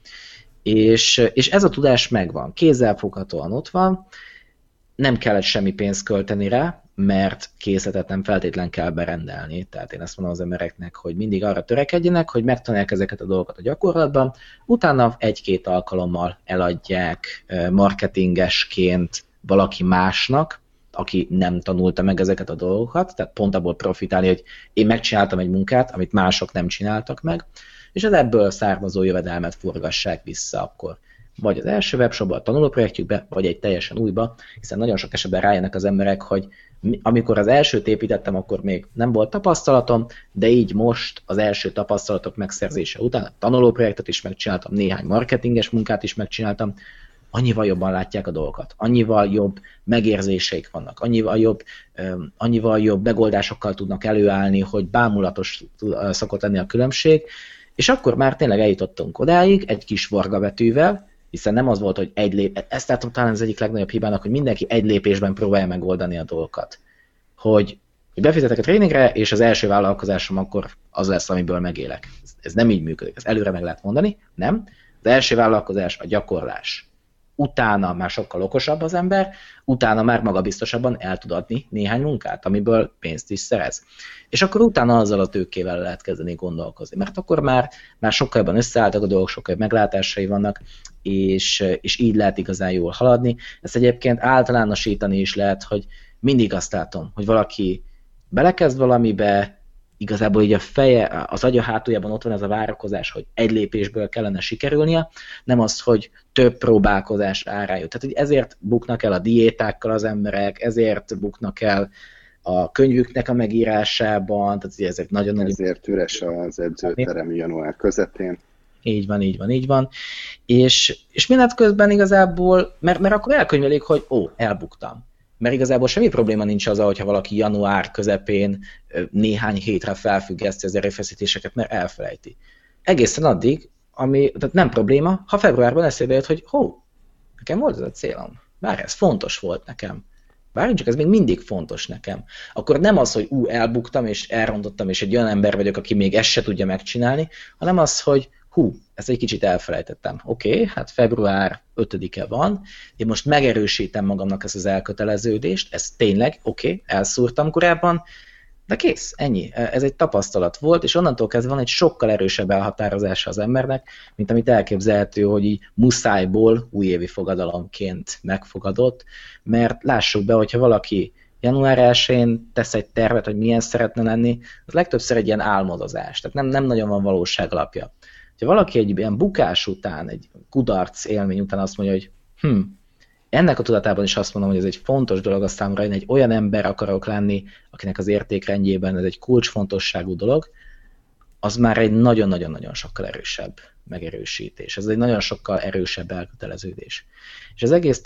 És ez a tudás megvan, kézzelfoghatóan ott van, nem kellett semmi pénzt költeni rá, mert készletet nem feltétlen kell berendelni. Tehát én azt mondom az embereknek, hogy mindig arra törekedjenek, hogy megtanulják ezeket a dolgokat a gyakorlatban, utána egy-két alkalommal eladják marketingesként valaki másnak, aki nem tanulta meg ezeket a dolgokat, tehát pont abból profitálni, hogy én megcsináltam egy munkát, amit mások nem csináltak meg, és az ebből származó jövedelmet forgassák vissza akkor. Vagy az első webshopba, a tanulóprojektjükbe, vagy egy teljesen újba, hiszen nagyon sok esetben rájönnek az emberek, hogy amikor az elsőt építettem, akkor még nem volt tapasztalatom, de így most az első tapasztalatok megszerzése után a tanulóprojektet is megcsináltam, néhány marketinges munkát is megcsináltam, annyival jobban látják a dolgokat, annyival jobb megérzéseik vannak, annyival jobb megoldásokkal tudnak előállni, hogy bámulatos szokott lenni a különbség, és akkor már tényleg eljutottunk odáig egy kis vargabetűvel, hiszen nem az volt, hogy ezt látom talán az egyik legnagyobb hibának, hogy mindenki egy lépésben próbálja megoldani a dolgokat. Hogy befizetek a tréningre, és az első vállalkozásom akkor az lesz, amiből megélek. Ez nem így működik, ezt előre meg lehet mondani, nem. Az első vállalkozás a gyakorlás. Utána már sokkal okosabb az ember, utána már magabiztosabban el tud adni néhány munkát, amiből pénzt is szerez. És akkor utána azzal a tőkével lehet kezdeni gondolkozni, mert akkor már sokkal jobban összeálltak a dolgok, sokkal jobb meglátásai vannak, és így lehet igazán jól haladni. Ezt egyébként általánosítani is lehet, hogy mindig azt látom, hogy valaki belekezd valamibe, igazából így a feje, az agya hátuljában ott van ez a várakozás, hogy egy lépésből kellene sikerülnie, nem az, hogy több próbálkozás árájut. Tehát hogy ezért buknak el a diétákkal az emberek, ezért buknak el a könyvüknek a megírásában, tehát ezek nagyon-nagyon... Ezért üres az edzőterem január közepén. Így van. És menet közben igazából, mert akkor elkönyvelik, hogy elbuktam. Mert igazából semmi probléma nincs azzal, hogyha valaki január közepén néhány hétre felfüggeszti az erőfeszítéseket, mert elfelejti. Egészen addig, tehát nem probléma, ha februárban eszébe jött, hogy nekem volt ez a célom. Bár ez fontos volt nekem. Bár csak ez még mindig fontos nekem. Akkor nem az, hogy elbuktam és elrontottam, és egy olyan ember vagyok, aki még ezt se tudja megcsinálni, hanem az, hogy ezt egy kicsit elfelejtettem. Oké, hát február 5-e van, én most megerősítem magamnak ezt az elköteleződést, ez tényleg, elszúrtam korábban, de kész, ennyi. Ez egy tapasztalat volt, és onnantól kezdve van egy sokkal erősebb elhatározása az embernek, mint amit elképzelhető, hogy így muszájból újévi fogadalomként megfogadott, mert lássuk be, hogyha valaki január 1-én tesz egy tervet, hogy milyen szeretne lenni, az legtöbbször egy ilyen álmodozás, tehát nem nagyon van valóság alapja. Ha valaki egy ilyen bukás után, egy kudarc élmény után azt mondja, hogy ennek a tudatában is azt mondom, hogy ez egy fontos dolog a számomra, én egy olyan ember akarok lenni, akinek az értékrendjében ez egy kulcsfontosságú dolog, az már egy nagyon-nagyon-nagyon sokkal erősebb megerősítés. Ez egy nagyon sokkal erősebb elköteleződés. És az egész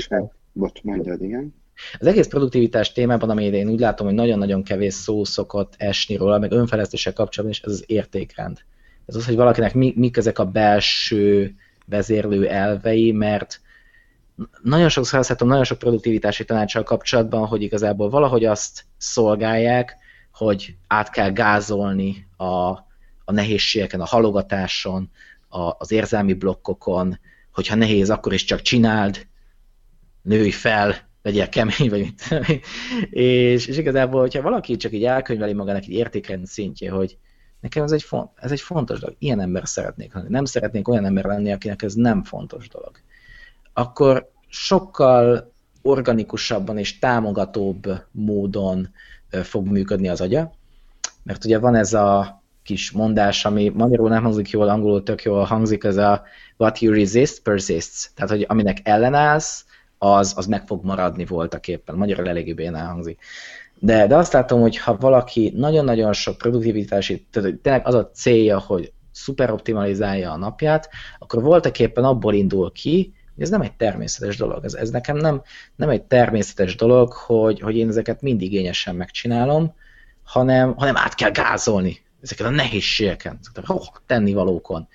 Az egész produktivitás témában, amire én úgy látom, hogy nagyon-nagyon kevés szó szokott esni róla, meg önfejlesztéssel kapcsolatban is, ez az értékrend. Ez az, hogy valakinek mik ezek a belső vezérlő elvei, mert nagyon sokszor azt látom, nagyon sok produktivitási tanácssal kapcsolatban, hogy igazából valahogy azt szolgálják, hogy át kell gázolni a nehézségeken, a halogatáson, az érzelmi blokkokon, hogyha nehéz, akkor is csak csináld, nőj fel, legyél kemény, vagy mit. és igazából, hogyha valaki csak így elkönyveli magának egy értékrend szintje, hogy nekem ez egy fontos dolog, ilyen ember szeretnék lenni, nem szeretnék olyan ember lenni, akinek ez nem fontos dolog, akkor sokkal organikusabban és támogatóbb módon fog működni az agya, mert ugye van ez a kis mondás, ami magyarul nem hangzik jól, angolul tök jól hangzik, ez a what you resist persists, tehát hogy aminek ellenállsz, az meg fog maradni voltak éppen. Magyarul eléggé bénán hangzik. De azt látom, hogy ha valaki nagyon-nagyon sok produktivitási, tehát tényleg az a célja, hogy szuperoptimalizálja a napját, akkor voltak éppen abból indul ki, hogy ez nem egy természetes dolog. Ez nekem nem egy természetes dolog, hogy én ezeket mindig igényesen megcsinálom, hanem át kell gázolni ezeket a nehézségeken, ezeket a tennivalókon.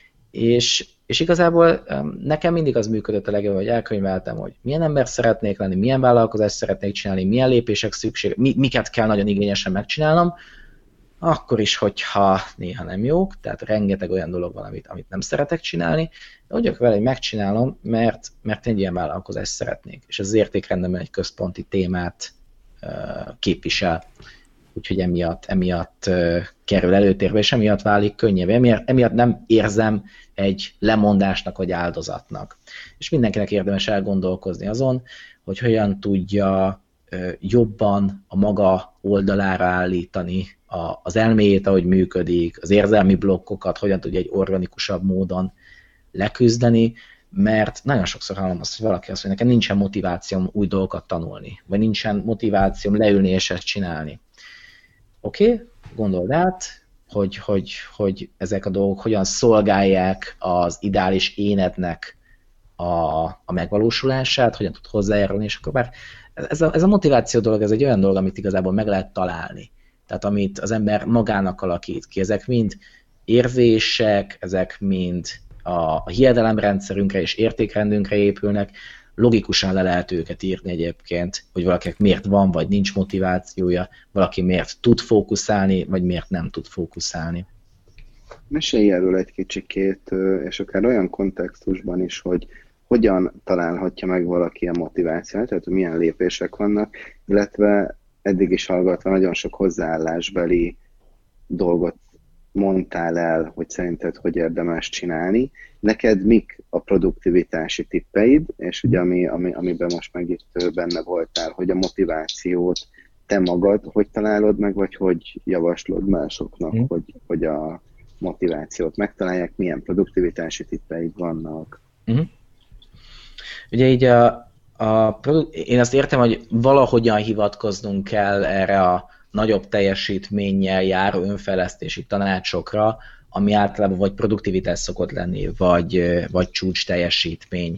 És igazából nekem mindig az működött a legjobb, hogy elkönyveltem, hogy milyen ember szeretnék lenni, milyen vállalkozást szeretnék csinálni, milyen lépések szükség, miket kell nagyon igényesen megcsinálnom, akkor is, hogyha néha nem jók, tehát rengeteg olyan dolog van, amit nem szeretek csinálni, de úgy vele, hogy megcsinálom, mert egy ilyen vállalkozást szeretnék, és az értékrendemben egy központi témát képvisel. Úgyhogy emiatt kerül előtérbe, és emiatt válik könnyebb. Emiatt nem érzem egy lemondásnak vagy áldozatnak. És mindenkinek érdemes elgondolkozni azon, hogy hogyan tudja jobban a maga oldalára állítani az elméjét, ahogy működik, az érzelmi blokkokat, hogyan tudja egy organikusabb módon leküzdeni, mert nagyon sokszor hallom azt, hogy valaki azt mondja, nekem nincsen motivációm új dolgokat tanulni, vagy nincsen motivációm leülni és ezt csinálni. Oké, gondold át, hogy ezek a dolgok hogyan szolgálják az ideális énednek a megvalósulását, hogyan tud hozzájárulni, és akkor már ez a motiváció dolog, ez egy olyan dolog, amit igazából meg lehet találni. Tehát amit az ember magának alakít ki, ezek mind érzések, ezek mind a hiedelemrendszerünkre és értékrendünkre épülnek, logikusan le lehet őket írni egyébként, hogy valakinek miért van vagy nincs motivációja, valaki miért tud fókuszálni, vagy miért nem tud fókuszálni. Mesélj erről egy kicsikét, és akár olyan kontextusban is, hogy hogyan találhatja meg valaki a motivációt, tehát milyen lépések vannak, illetve eddig is hallgatva nagyon sok hozzáállásbeli dolgot mondtál el, hogy szerinted hogy érdemes csinálni. Neked mik a produktivitási tippeid, és ugye amiben most meg itt benne voltál, hogy a motivációt te magad hogy találod meg, vagy hogy javaslod másoknak, hogy a motivációt megtalálják, milyen produktivitási tippeid vannak. Ugye így én azt értem, hogy valahogyan hivatkoznunk kell erre a nagyobb teljesítménnyel járó önfejlesztési tanácsokra, ami általában vagy produktivitás szokott lenni, vagy csúcs teljesítmény.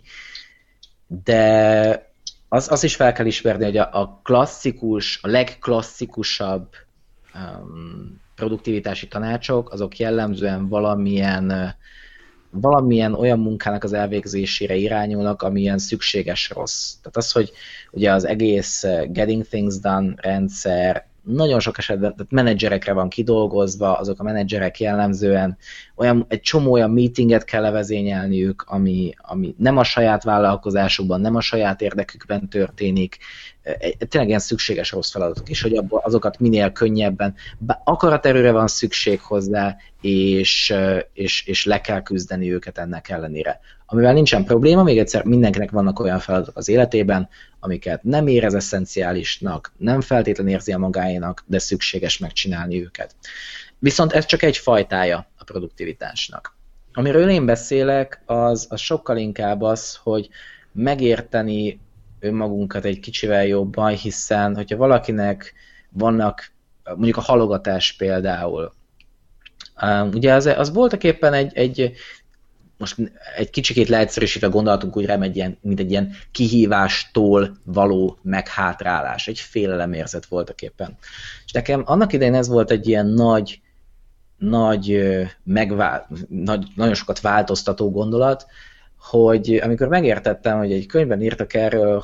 De az is fel kell ismerni, hogy a legklasszikusabb produktivitási tanácsok, azok jellemzően valamilyen olyan munkának az elvégzésére irányulnak, amilyen szükséges rossz. Tehát az, hogy ugye az egész Getting Things Done rendszer nagyon sok esetben tehát menedzserekre van kidolgozva, azok a menedzserek jellemzően egy csomó olyan meetinget kell levezényelniük, ami nem a saját vállalkozásukban, nem a saját érdekükben történik. Tényleg ilyen szükséges rossz feladatok is, hogy azokat minél könnyebben, akaraterőre van szükség hozzá, és le kell küzdeni őket ennek ellenére. Amivel nincsen probléma, még egyszer mindenkinek vannak olyan feladatok az életében, amiket nem érez eszenciálisnak, nem feltétlenül érzi a magáénak, de szükséges megcsinálni őket. Viszont ez csak egy fajtája a produktivitásnak. Amiről én beszélek, az sokkal inkább az, hogy megérteni önmagunkat egy kicsivel jobban, hiszen hogyha valakinek vannak, mondjuk a halogatás például, ugye az voltak éppen most egy kicsikét leegyszerűsítve gondolatunk úgy mint egy ilyen kihívástól való meghátrálás, egy félelemérzet voltak éppen. És nekem annak idején ez volt egy ilyen nagyon sokat változtató gondolat, hogy amikor megértettem, hogy egy könyvben írtak erről,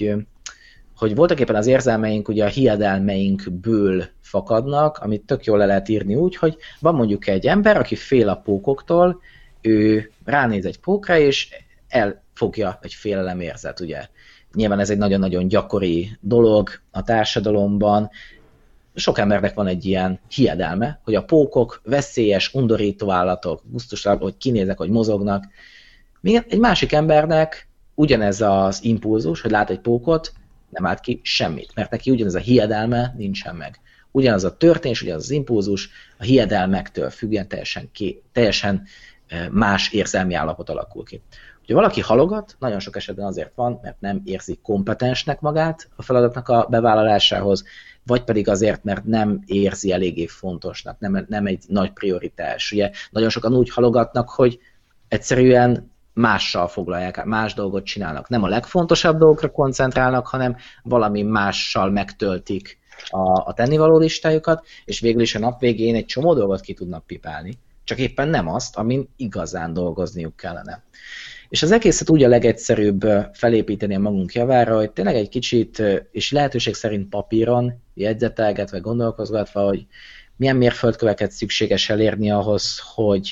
hogy voltak éppen az érzelmeink ugye a hiedelmeinkből fakadnak, amit tök jól le lehet írni úgy, hogy van mondjuk egy ember, aki fél a pókoktól, ő ránéz egy pókra, és elfogja egy félelemérzet, ugye. Nyilván ez egy nagyon-nagyon gyakori dolog a társadalomban. Sok embernek van egy ilyen hiedelme, hogy a pókok veszélyes, undorító állatok, gusztustalan, hogy kinézek, hogy mozognak. Még egy másik embernek ugyanez az impulzus, hogy lát egy pókot, nem lát ki semmit, mert neki ugyanez a hiedelme nincsen meg. Ugyanaz a történés, ugyanaz az impulzus, a hiedelmektől függően teljesen más érzelmi állapot alakul ki. Ugye valaki halogat, nagyon sok esetben azért van, mert nem érzi kompetensnek magát a feladatnak a bevállalásához, vagy pedig azért, mert nem érzi eléggé fontosnak, nem egy nagy prioritás. Ugye nagyon sokan úgy halogatnak, hogy egyszerűen mással foglalják, más dolgot csinálnak. Nem a legfontosabb dolgokra koncentrálnak, hanem valami mással megtöltik a tennivaló listájukat, és végül is a nap végén egy csomó dolgot ki tudnak pipálni, csak éppen nem azt, amin igazán dolgozniuk kellene. És az egészet úgy a legegyszerűbb felépíteni a magunk javára, hogy tényleg egy kicsit, és lehetőség szerint papíron, jegyzetelgetve, gondolkozgatva, hogy milyen mérföldköveket szükséges elérni ahhoz,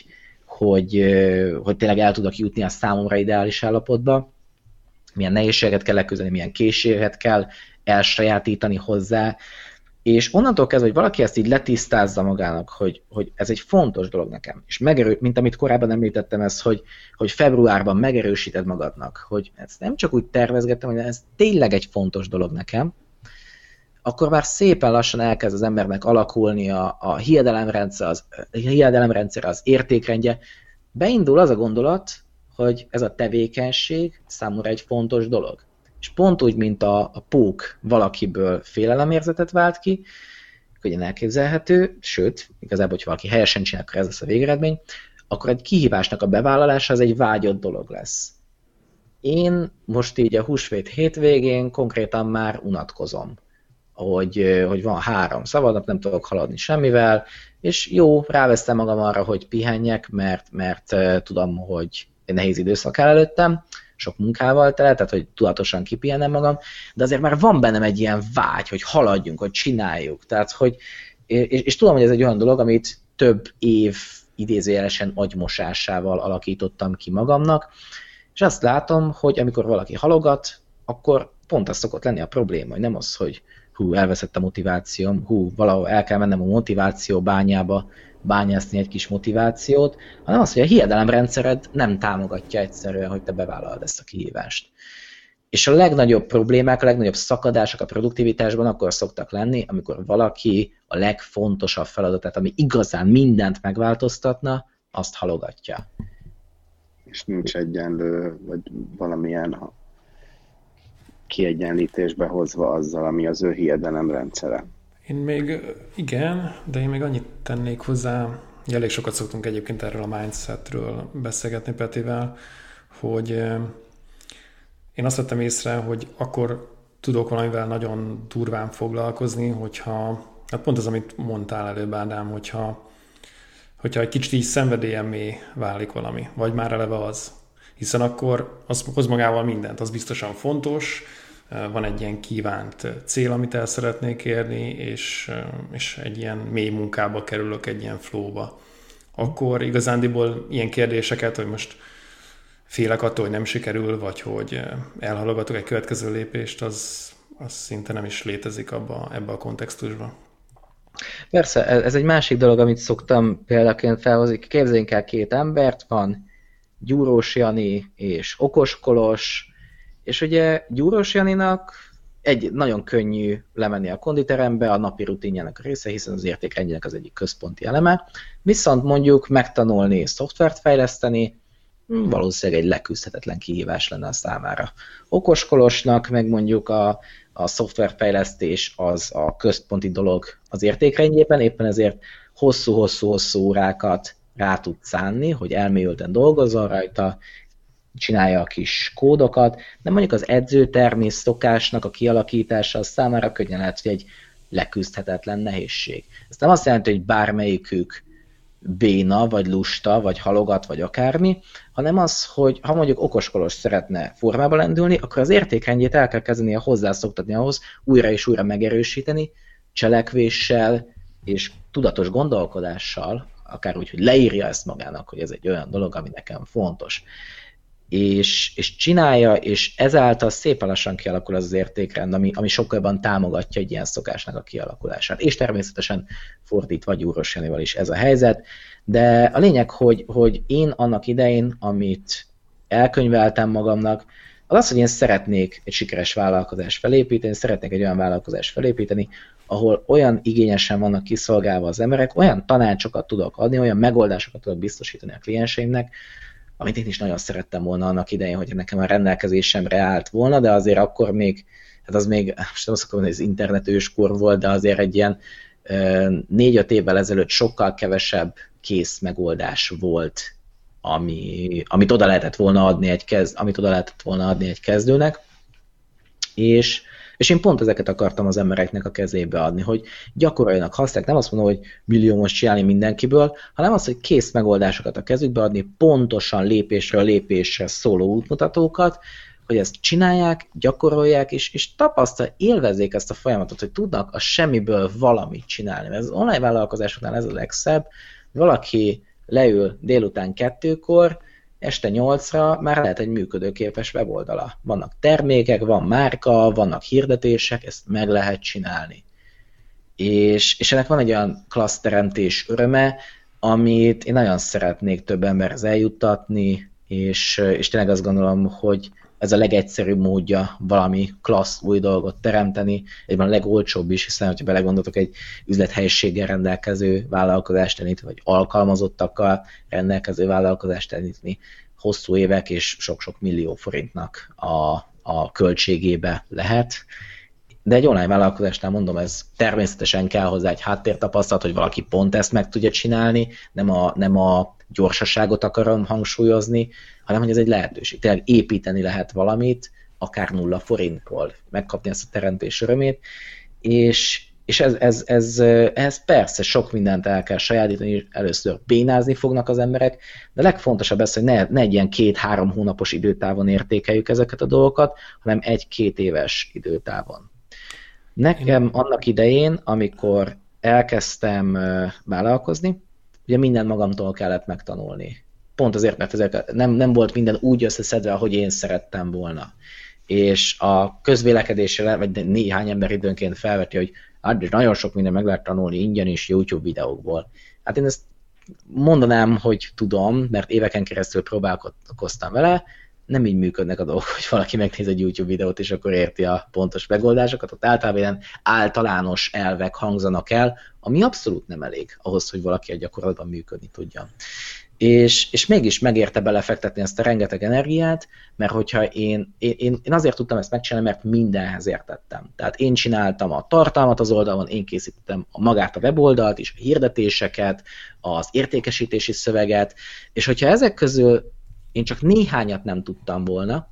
hogy tényleg el tudok jutni a számomra ideális állapotba, milyen nehézséget kell leküzdeni, milyen készséget kell elsajátítani hozzá, és onnantól kezdve, hogy valaki ezt így letisztázza magának, hogy ez egy fontos dolog nekem, és mint amit korábban említettem, ez, hogy februárban megerősíted magadnak, hogy ezt nem csak úgy tervezgettem, hogy ez tényleg egy fontos dolog nekem, akkor már szépen lassan elkezd az embernek alakulni a hiedelemrendszer, az értékrendje. Beindul az a gondolat, hogy ez a tevékenység számomra egy fontos dolog. És pont úgy, mint a pók valakiből félelemérzetet vált ki, könnyen elképzelhető, sőt, igazából, hogy valaki helyesen csinál, akkor ez lesz a végeredmény, akkor egy kihívásnak a bevállalása az egy vágyott dolog lesz. Én most így a húsvét hétvégén konkrétan már unatkozom, hogy van 3 szabadnap, nem tudok haladni semmivel, és jó, rávesztem magam arra, hogy pihenjek, mert tudom, hogy egy nehéz időszak áll előttem, sok munkával tele, tehát hogy tudatosan kipihenem magam, de azért már van bennem egy ilyen vágy, hogy haladjunk, hogy csináljuk. Tehát, és tudom, hogy ez egy olyan dolog, amit több év idézőjelesen agymosásával alakítottam ki magamnak, és azt látom, hogy amikor valaki halogat, akkor pont az szokott lenni a probléma, hogy nem az, hogy elveszett a motivációm, valahol el kell mennem a motiváció bányába, bányászni egy kis motivációt, hanem az, hogy a hiedelemrendszered nem támogatja egyszerűen, hogy te bevállalod ezt a kihívást. És a legnagyobb problémák, a legnagyobb szakadások a produktivitásban akkor szoktak lenni, amikor valaki a legfontosabb feladatát, ami igazán mindent megváltoztatna, azt halogatja. És nincs egyenlő, vagy valamilyen kiegyenlítésbe hozva azzal, ami az ő hiedelemrendszere. Én még de én még annyit tennék hozzá, elég sokat szoktunk egyébként erről a mindsetről beszélgetni Petivel, hogy én azt vettem észre, hogy akkor tudok valamivel nagyon durván foglalkozni, hogyha, hát pont az, amit mondtál előbb, Ádám, hogyha egy kicsit így szenvedélyemmé válik valami, vagy már eleve az. Hiszen akkor az hoz magával mindent, az biztosan fontos, van egy ilyen kívánt cél, amit el szeretnék érni, és egy ilyen mély munkába kerülök, egy ilyen flowba. Akkor igazándiból ilyen kérdéseket, hogy most félek attól, hogy nem sikerül, vagy hogy elhalogatok egy következő lépést, az szinte nem is létezik ebbe a kontextusba. Persze, ez egy másik dolog, amit szoktam példaként felhozni. Képzeljünk el két embert, van Gyúrós Jani és Okos Kolos, és ugye Gyúrós Janinak nagyon könnyű lemenni a konditerembe, a napi rutinjának a része, hiszen az értékrendjének az egyik központi eleme. Viszont mondjuk megtanulni szoftvert fejleszteni, valószínűleg egy leküzdhetetlen kihívás lenne a számára. Okos Kolosnak meg mondjuk a szoftverfejlesztés az a központi dolog az értékrendjében, éppen ezért hosszú-hosszú órákat rá tud szánni, hogy elmélyülten dolgozzon rajta, csinálja a kis kódokat, de mondjuk az edzőtermi szokásnak a kialakítása az számára könnyen lehet, hogy egy leküzdhetetlen nehézség. Ez nem azt jelenti, hogy bármelyikük béna, vagy lusta, vagy halogat, vagy akármi, hanem az, hogy ha mondjuk okoskolos szeretne formába lendülni, akkor az értékrendjét el kell kezdenie hozzászoktatni ahhoz, újra és újra megerősíteni, cselekvéssel és tudatos gondolkodással, akár úgy, hogy leírja ezt magának, hogy ez egy olyan dolog, ami nekem fontos. És csinálja, és ezáltal szépen lassan kialakul az értékrend, ami sokkal jobban támogatja egy ilyen szokásnak a kialakulását. És természetesen fordítva Gyúrós Janival is ez a helyzet, de a lényeg, hogy én annak idején, amit elkönyveltem magamnak, az, hogy én szeretnék egy sikeres vállalkozást felépíteni, szeretnék egy olyan vállalkozást felépíteni, ahol olyan igényesen vannak kiszolgálva az emberek, olyan tanácsokat tudok adni, olyan megoldásokat tudok biztosítani a klienseimnek, amit én is nagyon szerettem volna annak idején, hogy nekem a rendelkezésemre állt volna, de azért akkor még, hát az még, most nem azt akarom, hogy az internet őskor volt, de azért egy ilyen 4-5 évvel ezelőtt sokkal kevesebb kész megoldás volt, amit oda lehetett volna adni egy kezdőnek, és én pont ezeket akartam az embereknek a kezébe adni, hogy gyakoroljanak, használják, nem azt mondom, hogy milliómos csinálni mindenkiből, hanem azt, hogy kész megoldásokat a kezükbe adni, pontosan lépésről lépésre szóló útmutatókat, hogy ezt csinálják, gyakorolják, és tapasztalják, élvezzék ezt a folyamatot, hogy tudnak a semmiből valamit csinálni. Mert az online vállalkozásoknál ez a legszebb, valaki leül délután 2-kor, este 8-ra már lehet egy működőképes weboldala. Vannak termékek, van márka, vannak hirdetések, ezt meg lehet csinálni. És ennek van egy olyan klasszteremtés öröme, amit én nagyon szeretnék több emberhez eljuttatni, és tényleg azt gondolom, hogy ez a legegyszerűbb módja valami klassz új dolgot teremteni, egyben a legolcsóbb is, hiszen ha belegondoltok, egy üzlethelyiséggel rendelkező vállalkozást elindítani, vagy alkalmazottakkal rendelkező vállalkozást elindítani, hosszú évek és sok-sok millió forintnak a költségébe lehet. De egy online vállalkozásnál mondom, ez természetesen kell hozzá egy háttértapasztalat, hogy valaki pont ezt meg tudja csinálni, nem a gyorsaságot akarom hangsúlyozni, hanem hogy ez egy lehetőség. Tényleg építeni lehet valamit, akár 0 forintból, megkapni ezt a teremtés örömét, és ez persze sok mindent el kell sajátítani, először bénázni fognak az emberek, de legfontosabb ez, hogy ne egy ilyen 2-3 hónapos időtávon értékeljük ezeket a dolgokat, hanem 1-2 éves időtávon. Nekem annak idején, amikor elkezdtem vállalkozni, ugye mindent magamtól kellett megtanulni. Pont azért, mert nem volt minden úgy összeszedve, ahogy én szerettem volna. És a közvélekedésre, vagy néhány ember időnként felveti, hogy hát nagyon sok minden meg lehet tanulni ingyen is YouTube videókból. Hát én ezt mondanám, hogy tudom, mert éveken keresztül próbálkoztam vele, nem így működnek a dolgok, hogy valaki megnéz egy YouTube videót, és akkor érti a pontos megoldásokat. Ott általában általános elvek hangzanak el, ami abszolút nem elég ahhoz, hogy valaki a gyakorlatban működni tudjon. És mégis megérte belefektetni ezt a rengeteg energiát, mert hogyha én azért tudtam ezt megcsinálni, mert mindenhez értettem. Tehát én csináltam a tartalmat az oldalon, én készítettem magát a weboldalt is, a hirdetéseket, az értékesítési szöveget, és hogyha ezek közül én csak néhányat nem tudtam volna,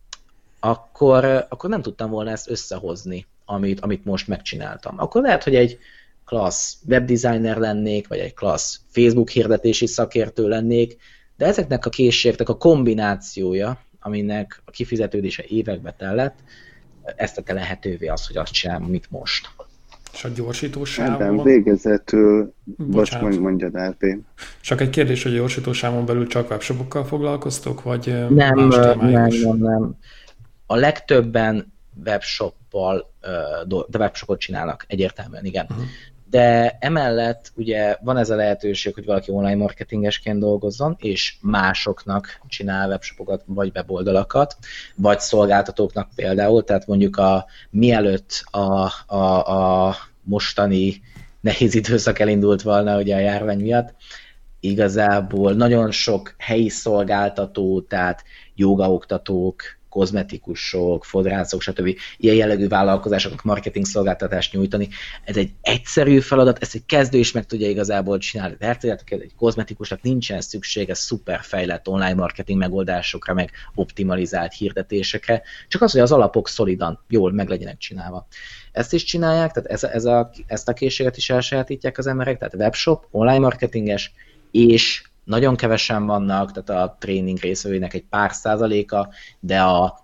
akkor nem tudtam volna ezt összehozni, amit most megcsináltam. Akkor lehet, hogy egy klassz webdesigner lennék, vagy egy klassz Facebook hirdetési szakértő lennék, de ezeknek a készségeknek a kombinációja, aminek a kifizetődése évekbe tellett, ezt tette lehetővé az, hogy azt csinálom, mit most. És a gyorsítósávon... Ebben végezetül... Bocs, mondjad el, Csak egy kérdés, hogy a gyorsítósávon belül csak webshopokkal foglalkoztok, vagy nem, más témájuk is? Nem. A legtöbben webshoppal, de webshopot csinálnak, egyértelműen, igen. Uh-huh. De emellett ugye van ez a lehetőség, hogy valaki online marketingesként dolgozzon, és másoknak csinál webshopokat, vagy weboldalakat, vagy szolgáltatóknak például, tehát mondjuk mielőtt a mostani nehéz időszak elindult volna ugye a járvány miatt, igazából nagyon sok helyi szolgáltató, tehát jogaoktatók, kozmetikusok, fodrászok, stb. Ilyen jellegű vállalkozásoknak marketing szolgáltatást nyújtani. Ez egy egyszerű feladat, ezt egy kezdő is meg tudja igazából csinálni. Tehát egy kozmetikusnak nincsen szüksége szuper fejlett online marketing megoldásokra, meg optimalizált hirdetésekre, csak az, hogy az alapok szolidan, jól meg legyenek csinálva. Ezt is csinálják, tehát ezt a készséget is elsajátítják az emberek, tehát webshop, online marketinges, és nagyon kevesen vannak, tehát a tréning részvevőinek egy pár százaléka, de a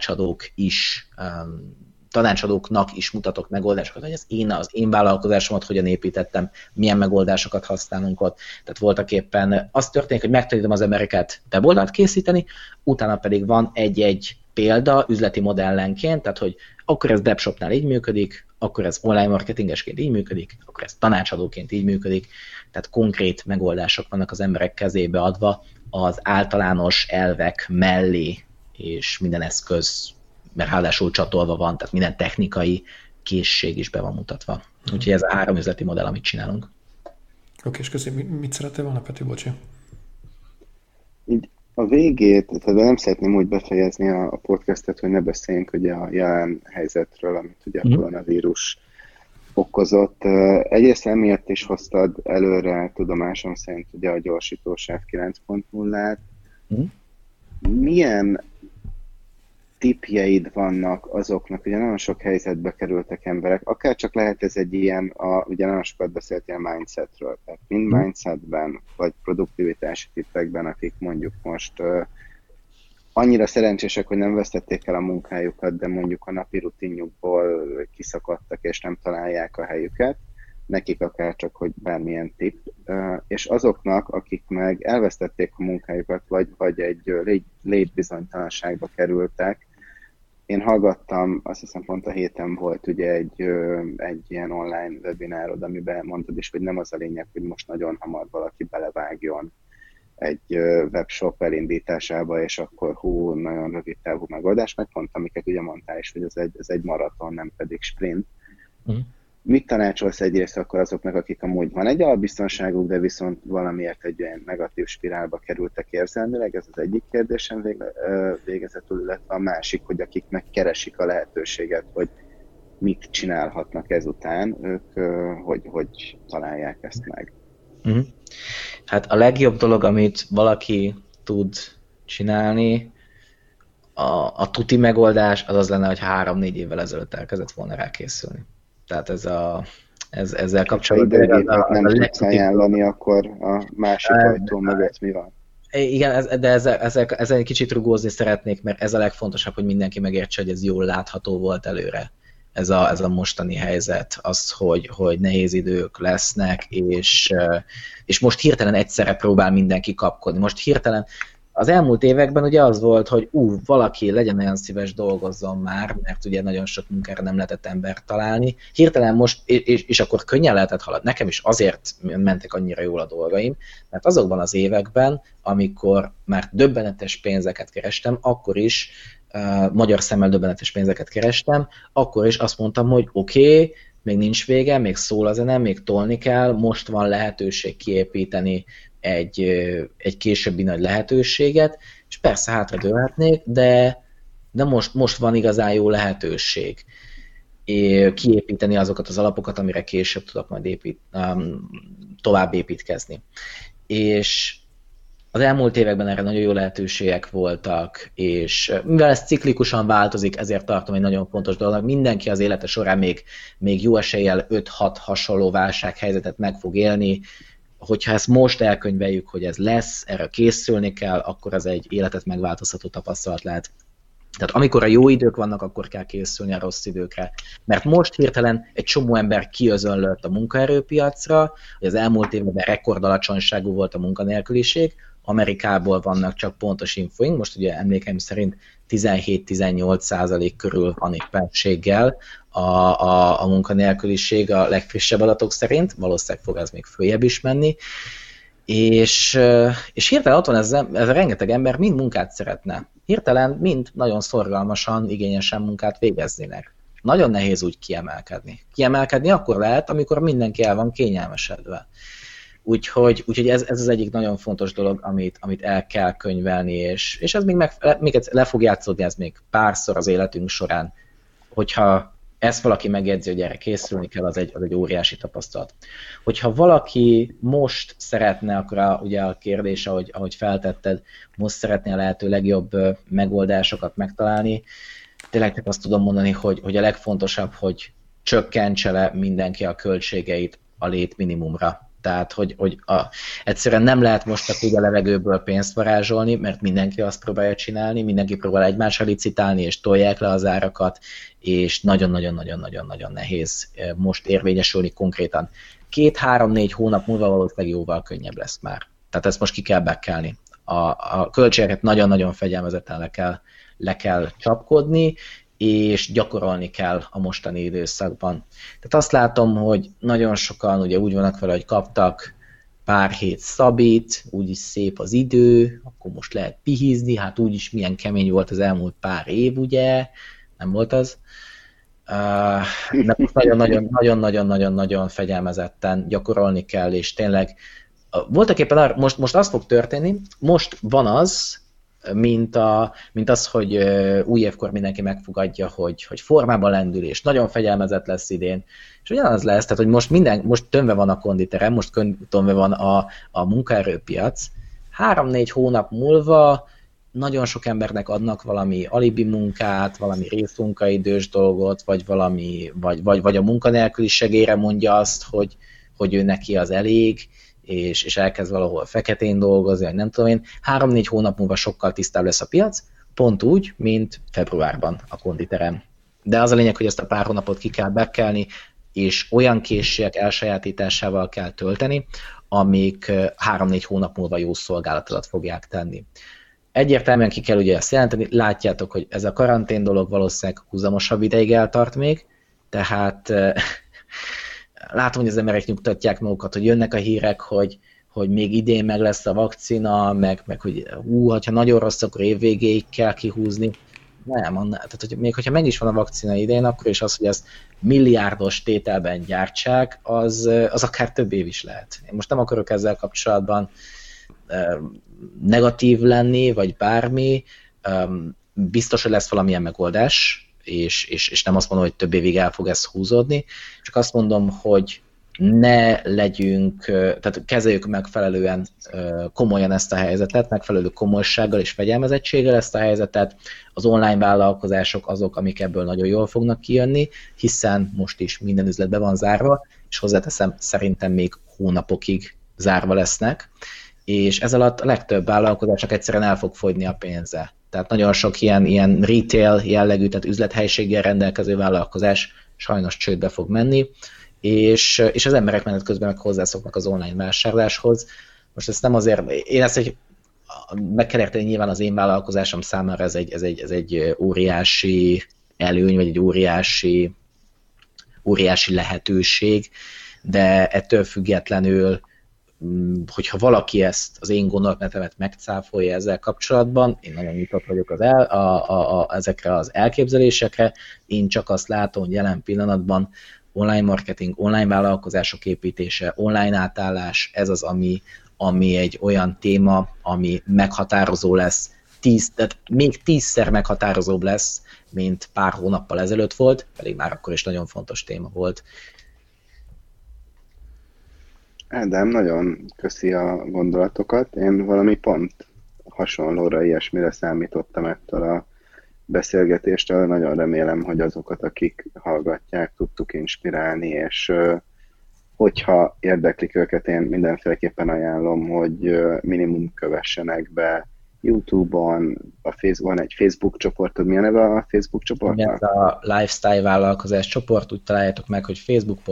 tanácsadóknak is mutatok megoldásokat, hogy az én vállalkozásomat hogyan építettem, milyen megoldásokat használunk ott. Tehát voltak éppen az történik, hogy megtanítom az embereket weboldalt készíteni, utána pedig van egy-egy példa üzleti modellenként, tehát hogy akkor ez webshopnál így működik, akkor ez online marketingesként így működik, akkor ez tanácsadóként így működik, tehát konkrét megoldások vannak az emberek kezébe adva az általános elvek mellé, és minden eszköz, mert ráadásul csatolva van, tehát minden technikai készség is be van mutatva. Úgyhogy ez a 3 üzleti modell, amit csinálunk. Oké, és köszönöm. Mit szerettél volna, Peti? Bocsi. Így a végét, tehát nem szeretném úgy befejezni a podcastet, hogy ne beszéljünk ugye a jelen helyzetről, amit ugye a koronavírus okozott. Egyrészt emiatt is hoztad előre tudomásom szerint ugye a gyorsítósáv 9.0-át. Milyen tippjeid vannak azoknak, ugye nagyon sok helyzetbe kerültek emberek, akár csak lehet ez egy ilyen, ugye nagyon sokat beszélt ilyen mindsetről, tehát mind mindsetben, vagy produktivitási tippekben, akik mondjuk most annyira szerencsések, hogy nem vesztették el a munkájukat, de mondjuk a napi rutinjukból kiszakadtak és nem találják a helyüket, nekik akár csak, hogy bármilyen tipp, és azoknak, akik meg elvesztették a munkájukat, vagy egy létbizonytalanságba kerültek. Én hallgattam, azt hiszem pont a héten volt ugye egy ilyen online webinárod, amiben mondtad is, hogy nem az a lényeg, hogy most nagyon hamar valaki belevágjon egy webshop elindításába, és akkor nagyon rövid távú megoldás, meg pont amiket ugye mondtál is, hogy ez egy maraton, nem pedig sprint. Mit tanácsolsz egyrészt akkor azoknak, akik amúgy van egy alapbiztonságuk, de viszont valamiért egy olyan negatív spirálba kerültek érzelmileg? Ez az egyik kérdésem végezetül, illetve a másik, hogy akik megkeresik a lehetőséget, hogy mit csinálhatnak ezután, ők hogy találják ezt meg? Hát a legjobb dolog, amit valaki tud csinálni, a tuti megoldás az lenne, hogy 3-4 évvel ezelőtt elkezdett volna rá készülni. Tehát ezzel kapcsolatban... Ha nem tudsz ajánlani, akkor a másik ajtó mögött mi van? Igen, de ezzel egy kicsit rugózni szeretnék, mert ez a legfontosabb, hogy mindenki megértse, hogy ez jól látható volt előre. Ez a mostani helyzet, az, hogy nehéz idők lesznek, és most hirtelen egyszerre próbál mindenki kapkodni. Most hirtelen az elmúlt években ugye az volt, hogy valaki legyen olyan szíves, dolgozzon már, mert ugye nagyon sok munkára nem lehetett embert találni. Hirtelen most, és akkor könnyen lehetett haladni. Nekem is azért mentek annyira jól a dolgaim, mert azokban az években, amikor már döbbenetes pénzeket kerestem, akkor is, magyar szemmel döbbenetes pénzeket kerestem, akkor is azt mondtam, hogy oké, még nincs vége, még szól a zene, még tolni kell, most van lehetőség kiépíteni egy későbbi nagy lehetőséget, és persze hátradőlhetnék, de most van igazán jó lehetőség kiépíteni azokat az alapokat, amire később tudok majd tovább építkezni. És az elmúlt években erre nagyon jó lehetőségek voltak, és mivel ez ciklikusan változik, ezért tartom egy nagyon fontos dolognak. Mindenki az élete során még jó eséllyel 5-6 hasonló válsághelyzetet meg fog élni. Hogyha ezt most elkönyveljük, hogy ez lesz, erre készülni kell, akkor ez egy életet megváltoztató tapasztalat lehet. Tehát amikor a jó idők vannak, akkor kell készülni a rossz időkre. Mert most hirtelen egy csomó ember kiözönlött a munkaerőpiacra, hogy az elmúlt évben rekordalacsonyságú volt a munkanélküliség, Amerikából vannak csak pontos infoink, most ugye emlékeim szerint 17-18% körül van éppenséggel a munkanélküliség a legfrissebb adatok szerint, valószínűleg fog ez még följebb is menni, és hirtelen ott van ez a rengeteg ember, mind munkát szeretne. Hirtelen mind nagyon szorgalmasan, igényesen munkát végeznének. Nagyon nehéz úgy kiemelkedni. Kiemelkedni akkor lehet, amikor mindenki el van kényelmesedve. Úgyhogy ez az egyik nagyon fontos dolog, amit el kell könyvelni, és ez még le fog játszódni, ez még párszor az életünk során, hogyha ezt valaki megjegyzi, hogy erre készülni kell, az egy óriási tapasztalat. Hogyha valaki most szeretne, akkor ugye a kérdés, ahogy feltetted, most szeretné a lehető legjobb megoldásokat megtalálni, tényleg csak azt tudom mondani, hogy a legfontosabb, hogy csökkentse le mindenki a költségeit a létminimumra. Tehát, hogy egyszerűen nem lehet most csak úgy a levegőből pénzt varázsolni, mert mindenki azt próbálja csinálni, mindenki próbál egymásra licitálni, és tolják le az árakat, és nagyon-nagyon-nagyon-nagyon nehéz most érvényesülni konkrétan. 2-3-4 hónap múlva valószínűleg jóval könnyebb lesz már. Tehát ezt most ki kell bekkelni. A költségeket nagyon-nagyon fegyelmezetten le kell csapkodni, és gyakorolni kell a mostani időszakban. Tehát azt látom, hogy nagyon sokan ugye úgy vannak vele, hogy kaptak pár hét szabít, úgyis szép az idő, akkor most lehet pihizni, hát úgyis milyen kemény volt az elmúlt pár év, ugye? Nem volt az? De nagyon-nagyon nagyon gyakorolni kell, és tényleg voltak éppen most az fog történni, most van az, mint az, hogy új évkor mindenki megfogadja, hogy formában lendül, és nagyon fegyelmezett lesz idén. És ugyanaz lesz, tehát hogy most tömve van a konditerem, most tömve van a munkaerőpiac. 3-4 hónap múlva nagyon sok embernek adnak valami alibi munkát, valami részmunkaidős dolgot, vagy a munkanélküli segélyre mondja azt, hogy ő neki az elég, és elkezd valahol feketén dolgozni, vagy nem tudom én, 3-4 hónap múlva sokkal tisztább lesz a piac, pont úgy, mint februárban a konditerem. De az a lényeg, hogy ezt a pár hónapot ki kell bekelni, és olyan készségek elsajátításával kell tölteni, amik 3-4 hónap múlva jó szolgálatodat fogják tenni. Egyértelműen ki kell ugye ezt jelenteni, látjátok, hogy ez a karantén dolog valószínűleg húzamosabb ideig eltart még, tehát látom, hogy az emberek nyugtatják magukat, hogy jönnek a hírek, hogy még idén meg lesz a vakcina, meg hogy ha nagyon rossz, akkor évvégéig kell kihúzni. Nem, tehát hogy még hogyha meg is van a vakcina idén, akkor is az, hogy ezt milliárdos tételben gyártsák, az akár több év is lehet. Én most nem akarok ezzel kapcsolatban negatív lenni, vagy bármi. Biztos, hogy lesz valamilyen megoldás, és nem azt mondom, hogy több évig el fog ez húzódni, csak azt mondom, hogy ne legyünk, tehát kezeljük megfelelően komolyan ezt a helyzetet, megfelelő komolysággal és fegyelmezettséggel ezt a helyzetet. Az online vállalkozások azok, amik ebből nagyon jól fognak kijönni, hiszen most is minden üzlet be van zárva, és hozzáteszem, szerintem még hónapokig zárva lesznek, és ez alatt a legtöbb vállalkozásnak egyszerűen el fog fogyni a pénze. Tehát nagyon sok ilyen retail jellegű, tehát üzlethelyiséggel rendelkező vállalkozás sajnos csődbe fog menni, és az emberek menet közben meg hozzászoknak az online vásárláshoz. Most ezt nem azért, én ezt meg kell érteni, nyilván az én vállalkozásom számára ez egy óriási előny, vagy egy óriási lehetőség, de ettől függetlenül, hogyha valaki ezt az én gondolatmenetemet megcáfolja ezzel kapcsolatban, én nagyon nyitott vagyok ezekre az elképzelésekre, én csak azt látom, hogy jelen pillanatban online marketing, online vállalkozások építése, online átállás, ez az, ami egy olyan téma, ami meghatározó lesz, tehát még 10-szer meghatározóbb lesz, mint pár hónappal ezelőtt volt, pedig már akkor is nagyon fontos téma volt. Ádám, nagyon köszi a gondolatokat. Én valami pont hasonlóra, ilyesmire számítottam ettől a beszélgetéstől. Nagyon remélem, hogy azokat, akik hallgatják, tudtuk inspirálni, és hogyha érdeklik őket, én mindenféleképpen ajánlom, hogy minimum kövessenek be YouTube-on, van egy Facebook csoportod. Mi a neve a Facebook csoportnak? Ez a Lifestyle vállalkozás csoport, úgy találjátok meg, hogy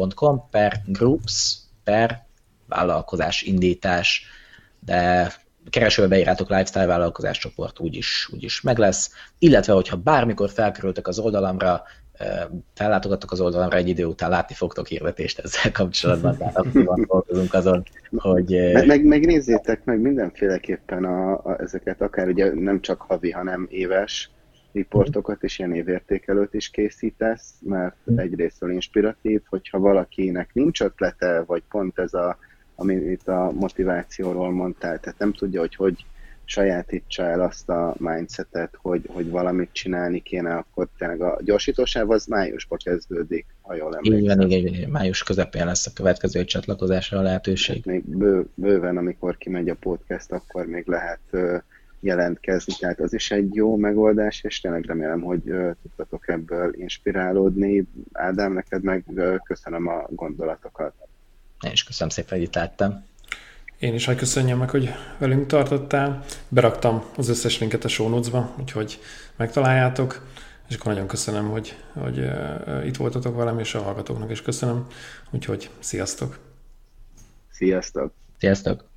facebook.com/groups/vállalkozás indítás, de keresőbe írjátok Lifestyle vállalkozás csoport, úgyis meg lesz, illetve hogyha bármikor felkerültek az oldalamra, fellátogattok az oldalamra, egy idő után látni fogtok hirdetést ezzel kapcsolatban, tehát aktívan dolgozunk azon, hogy... Meg nézzétek meg mindenféleképpen ezeket, akár ugye nem csak havi, hanem éves riportokat és ilyen évértékelőt is készítesz, mert egyrésztről inspiratív, hogyha valakinek nincs ötlete, vagy pont ez amit a motivációról mondtál, tehát nem tudja, hogy sajátítsa el azt a mindsetet, hogy valamit csinálni kéne, akkor tényleg a gyorsítósáv az májusban kezdődik, ha jól emlékszem. Igen, május közepén lesz a következő csatlakozásra a lehetőség. Még bőven, amikor kimegy a podcast, akkor még lehet jelentkezni, tehát az is egy jó megoldás, és tényleg remélem, hogy tudtatok ebből inspirálódni. Ádám, neked meg köszönöm a gondolatokat. Én is köszönöm szépen, hogy itt láttam. Én is hadd köszönjem meg, hogy velünk tartottál. Beraktam az összes linket a show notes-ba, úgyhogy megtaláljátok, és akkor nagyon köszönöm, hogy itt voltatok velem, és a hallgatóknak is köszönöm. Úgyhogy sziasztok! Sziasztok! Sziasztok!